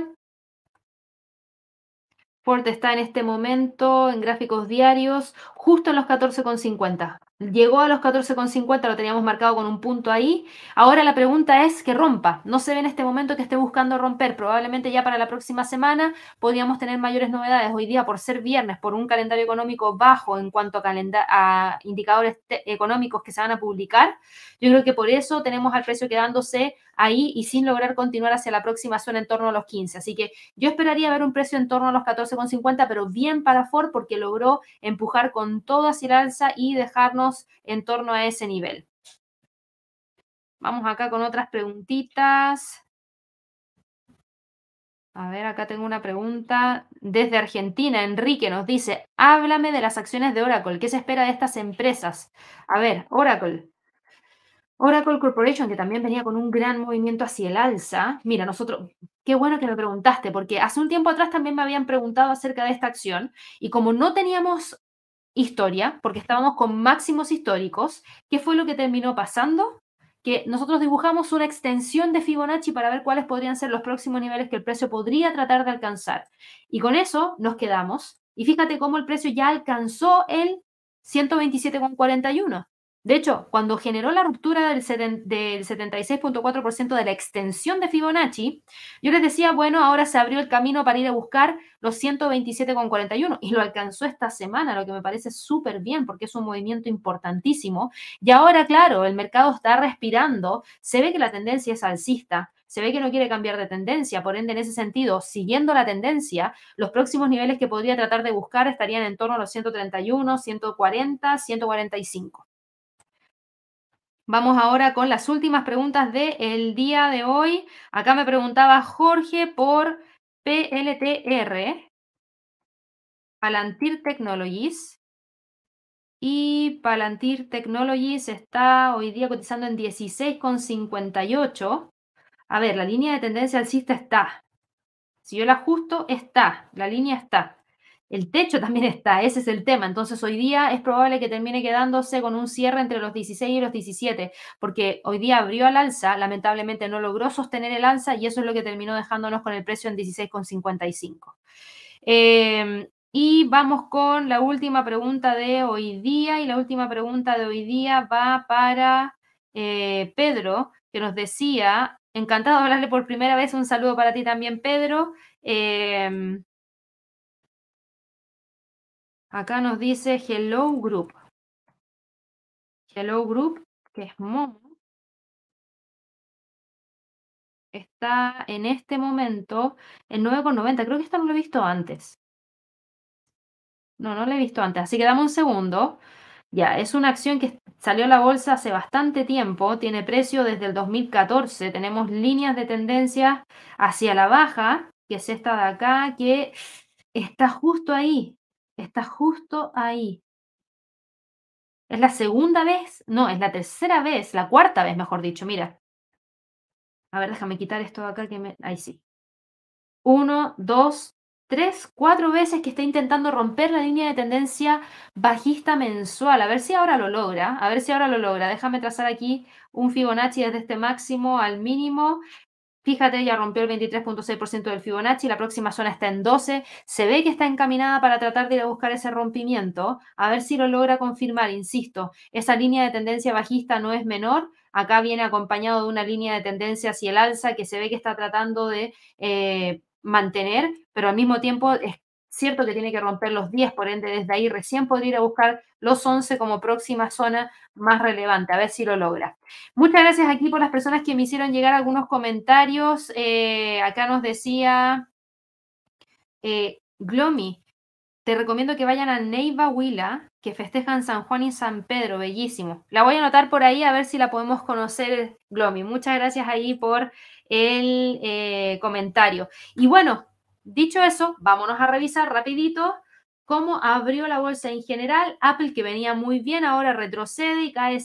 Ford está en este momento en gráficos diarios justo en los 14,50. Llegó a los 14,50, lo teníamos marcado con un punto ahí. Ahora la pregunta es que rompa. No se ve en este momento que esté buscando romper. Probablemente ya para la próxima semana podríamos tener mayores novedades. Hoy día, por ser viernes, por un calendario económico bajo en cuanto a indicadores económicos que se van a publicar, yo creo que por eso tenemos al precio quedándose ahí y sin lograr continuar hacia la próxima zona en torno a los 15. Así que yo esperaría ver un precio en torno a los 14,50, pero bien para Ford porque logró empujar con todo hacia el alza y dejarnos en torno a ese nivel. Vamos acá con otras preguntitas. A ver, acá tengo una pregunta desde Argentina. Enrique nos dice, háblame de las acciones de Oracle. ¿Qué se espera de estas empresas? A ver, Oracle Corporation, que también venía con un gran movimiento hacia el alza. Mira, qué bueno que me preguntaste, porque hace un tiempo atrás también me habían preguntado acerca de esta acción y como no teníamos historia, porque estábamos con máximos históricos, ¿qué fue lo que terminó pasando? Que nosotros dibujamos una extensión de Fibonacci para ver cuáles podrían ser los próximos niveles que el precio podría tratar de alcanzar. Y con eso nos quedamos. Y fíjate cómo el precio ya alcanzó el 127,41. De hecho, cuando generó la ruptura del 76,4% de la extensión de Fibonacci, yo les decía, bueno, ahora se abrió el camino para ir a buscar los 127,41 y lo alcanzó esta semana, lo que me parece súper bien porque es un movimiento importantísimo. Y ahora, claro, el mercado está respirando, se ve que la tendencia es alcista, se ve que no quiere cambiar de tendencia, por ende, en ese sentido, siguiendo la tendencia, los próximos niveles que podría tratar de buscar estarían en torno a los 131, 140, 145. Vamos ahora con las últimas preguntas del día de hoy. Acá me preguntaba Jorge por PLTR, Palantir Technologies. Y Palantir Technologies está hoy día cotizando en 16,58. A ver, la línea de tendencia alcista está. Si yo la ajusto, está. La línea está. El techo también está, ese es el tema. Entonces hoy día es probable que termine quedándose con un cierre entre los 16 y los 17, porque hoy día abrió al alza, lamentablemente no logró sostener el alza y eso es lo que terminó dejándonos con el precio en 16,55. Y vamos con la última pregunta de hoy día y la última pregunta de hoy día va para Pedro, que nos decía, encantado de hablarle por primera vez, un saludo para ti también, Pedro. Acá nos dice Hello Group. Hello Group, que es Momo, está en este momento en 9,90. Creo que esto no lo he visto antes. No, no lo he visto antes. Así que dame un segundo. Ya, es una acción que salió a la bolsa hace bastante tiempo, tiene precio desde el 2014, tenemos líneas de tendencia hacia la baja, que es esta de acá, que está justo ahí, está justo ahí. Es la segunda vez, no, es la tercera vez, la cuarta vez, mejor dicho, mira. A ver, déjame quitar esto de acá que me... Ahí sí. Uno, 2, 3, 4 veces que está intentando romper la línea de tendencia bajista mensual. A ver si ahora lo logra. A ver si ahora lo logra. Déjame trazar aquí un Fibonacci desde este máximo al mínimo. Fíjate, ya rompió el 23.6% del Fibonacci, la próxima zona está en 12. Se ve que está encaminada para tratar de ir a buscar ese rompimiento. A ver si lo logra confirmar, insisto. Esa línea de tendencia bajista no es menor. Acá viene acompañado de una línea de tendencia hacia el alza que se ve que está tratando de mantener, pero al mismo tiempo es cierto que tiene que romper los 10, por ende desde ahí recién podría ir a buscar los 11 como próxima zona más relevante, a ver si lo logra. Muchas gracias aquí por las personas que me hicieron llegar algunos comentarios. Acá nos decía Glomi, te recomiendo que vayan a Neiva Huila, que festejan San Juan y San Pedro, bellísimo. La voy a anotar por ahí a ver si la podemos conocer, Glomi. Muchas gracias ahí por el comentario. Y bueno, dicho eso, vámonos a revisar rapidito cómo abrió la bolsa en general. Apple, que venía muy bien, ahora retrocede y cae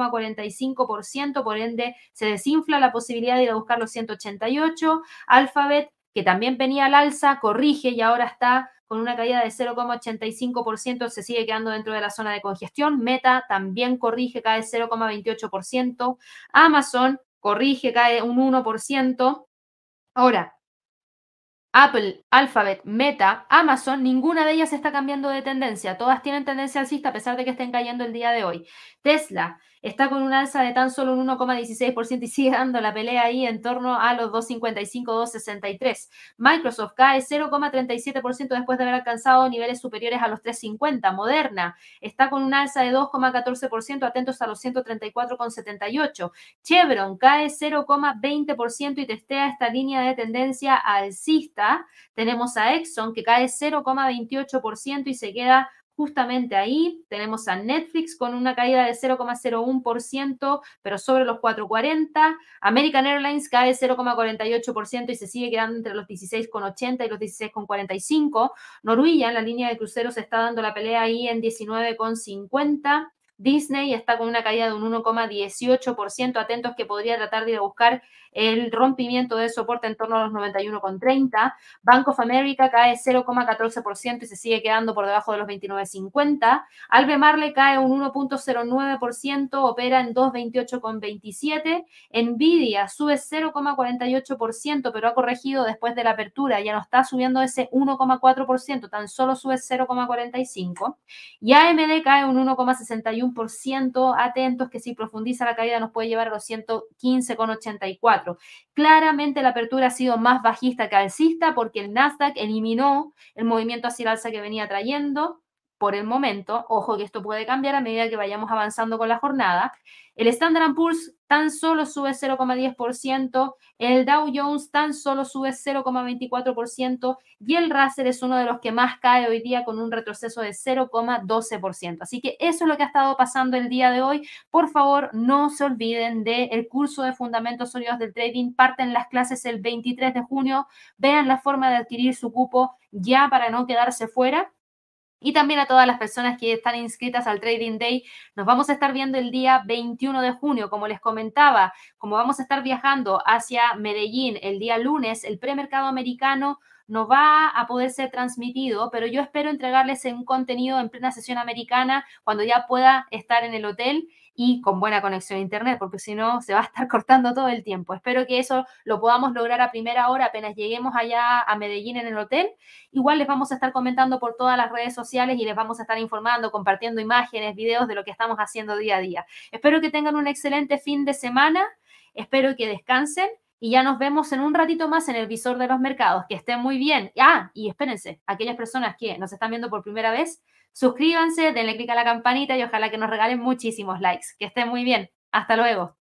0,45%, por ende se desinfla la posibilidad de ir a buscar los 188. Alphabet, que también venía al alza, corrige y ahora está con una caída de 0,85%, se sigue quedando dentro de la zona de congestión. Meta también corrige, cae 0,28%. Amazon corrige, cae un 1%. Ahora, Apple, Alphabet, Meta, Amazon, ninguna de ellas está cambiando de tendencia. Todas tienen tendencia alcista a pesar de que estén cayendo el día de hoy. Tesla está con un alza de tan solo un 1,16% y sigue dando la pelea ahí en torno a los 2,55, 2,63. Microsoft cae 0,37% después de haber alcanzado niveles superiores a los 3,50. Moderna está con un alza de 2,14%, atentos a los 134,78. Chevron cae 0,20% y testea esta línea de tendencia alcista. Tenemos a Exxon que cae 0,28% y se queda justamente ahí. Tenemos a Netflix con una caída de 0,01%, pero sobre los 4,40. American Airlines cae 0,48% y se sigue quedando entre los 16,80 y los 16,45. Norwegian, la línea de cruceros, está dando la pelea ahí en 19,50. Disney está con una caída de un 1,18%, atentos que podría tratar de ir a buscar el rompimiento del soporte en torno a los 91,30. Bank of America cae 0,14% y se sigue quedando por debajo de los 29,50. Albemarle cae un 1,09%, opera en 228,27. Nvidia sube 0,48%, pero ha corregido después de la apertura, ya no está subiendo ese 1,4%, tan solo sube 0,45%. Y AMD cae un 1,61%, atentos que si profundiza la caída nos puede llevar a los 115,84. Claramente la apertura ha sido más bajista que alcista porque el Nasdaq eliminó el movimiento hacia el alza que venía trayendo por el momento. Ojo que esto puede cambiar a medida que vayamos avanzando con la jornada. El Standard Poor's tan solo sube 0,10%, el Dow Jones tan solo sube 0,24% y el Russell es uno de los que más cae hoy día con un retroceso de 0,12%. Así que eso es lo que ha estado pasando el día de hoy. Por favor, no se olviden del curso de Fundamentos Sólidos del Trading. Parten las clases el 23 de junio. Vean la forma de adquirir su cupo ya para no quedarse fuera. Y también a todas las personas que están inscritas al Trading Day, nos vamos a estar viendo el día 21 de junio, como les comentaba, como vamos a estar viajando hacia Medellín el día lunes, el premercado americano no va a poder ser transmitido, pero yo espero entregarles un contenido en plena sesión americana cuando ya pueda estar en el hotel y con buena conexión a internet, porque si no se va a estar cortando todo el tiempo. Espero que eso lo podamos lograr a primera hora apenas lleguemos allá a Medellín en el hotel. Igual les vamos a estar comentando por todas las redes sociales y les vamos a estar informando, compartiendo imágenes, videos de lo que estamos haciendo día a día. Espero que tengan un excelente fin de semana, espero que descansen y ya nos vemos en un ratito más en el visor de los mercados. Que estén muy bien. Ah, y espérense, aquellas personas que nos están viendo por primera vez, suscríbanse, denle clic a la campanita y ojalá que nos regalen muchísimos likes. Que estén muy bien. Hasta luego.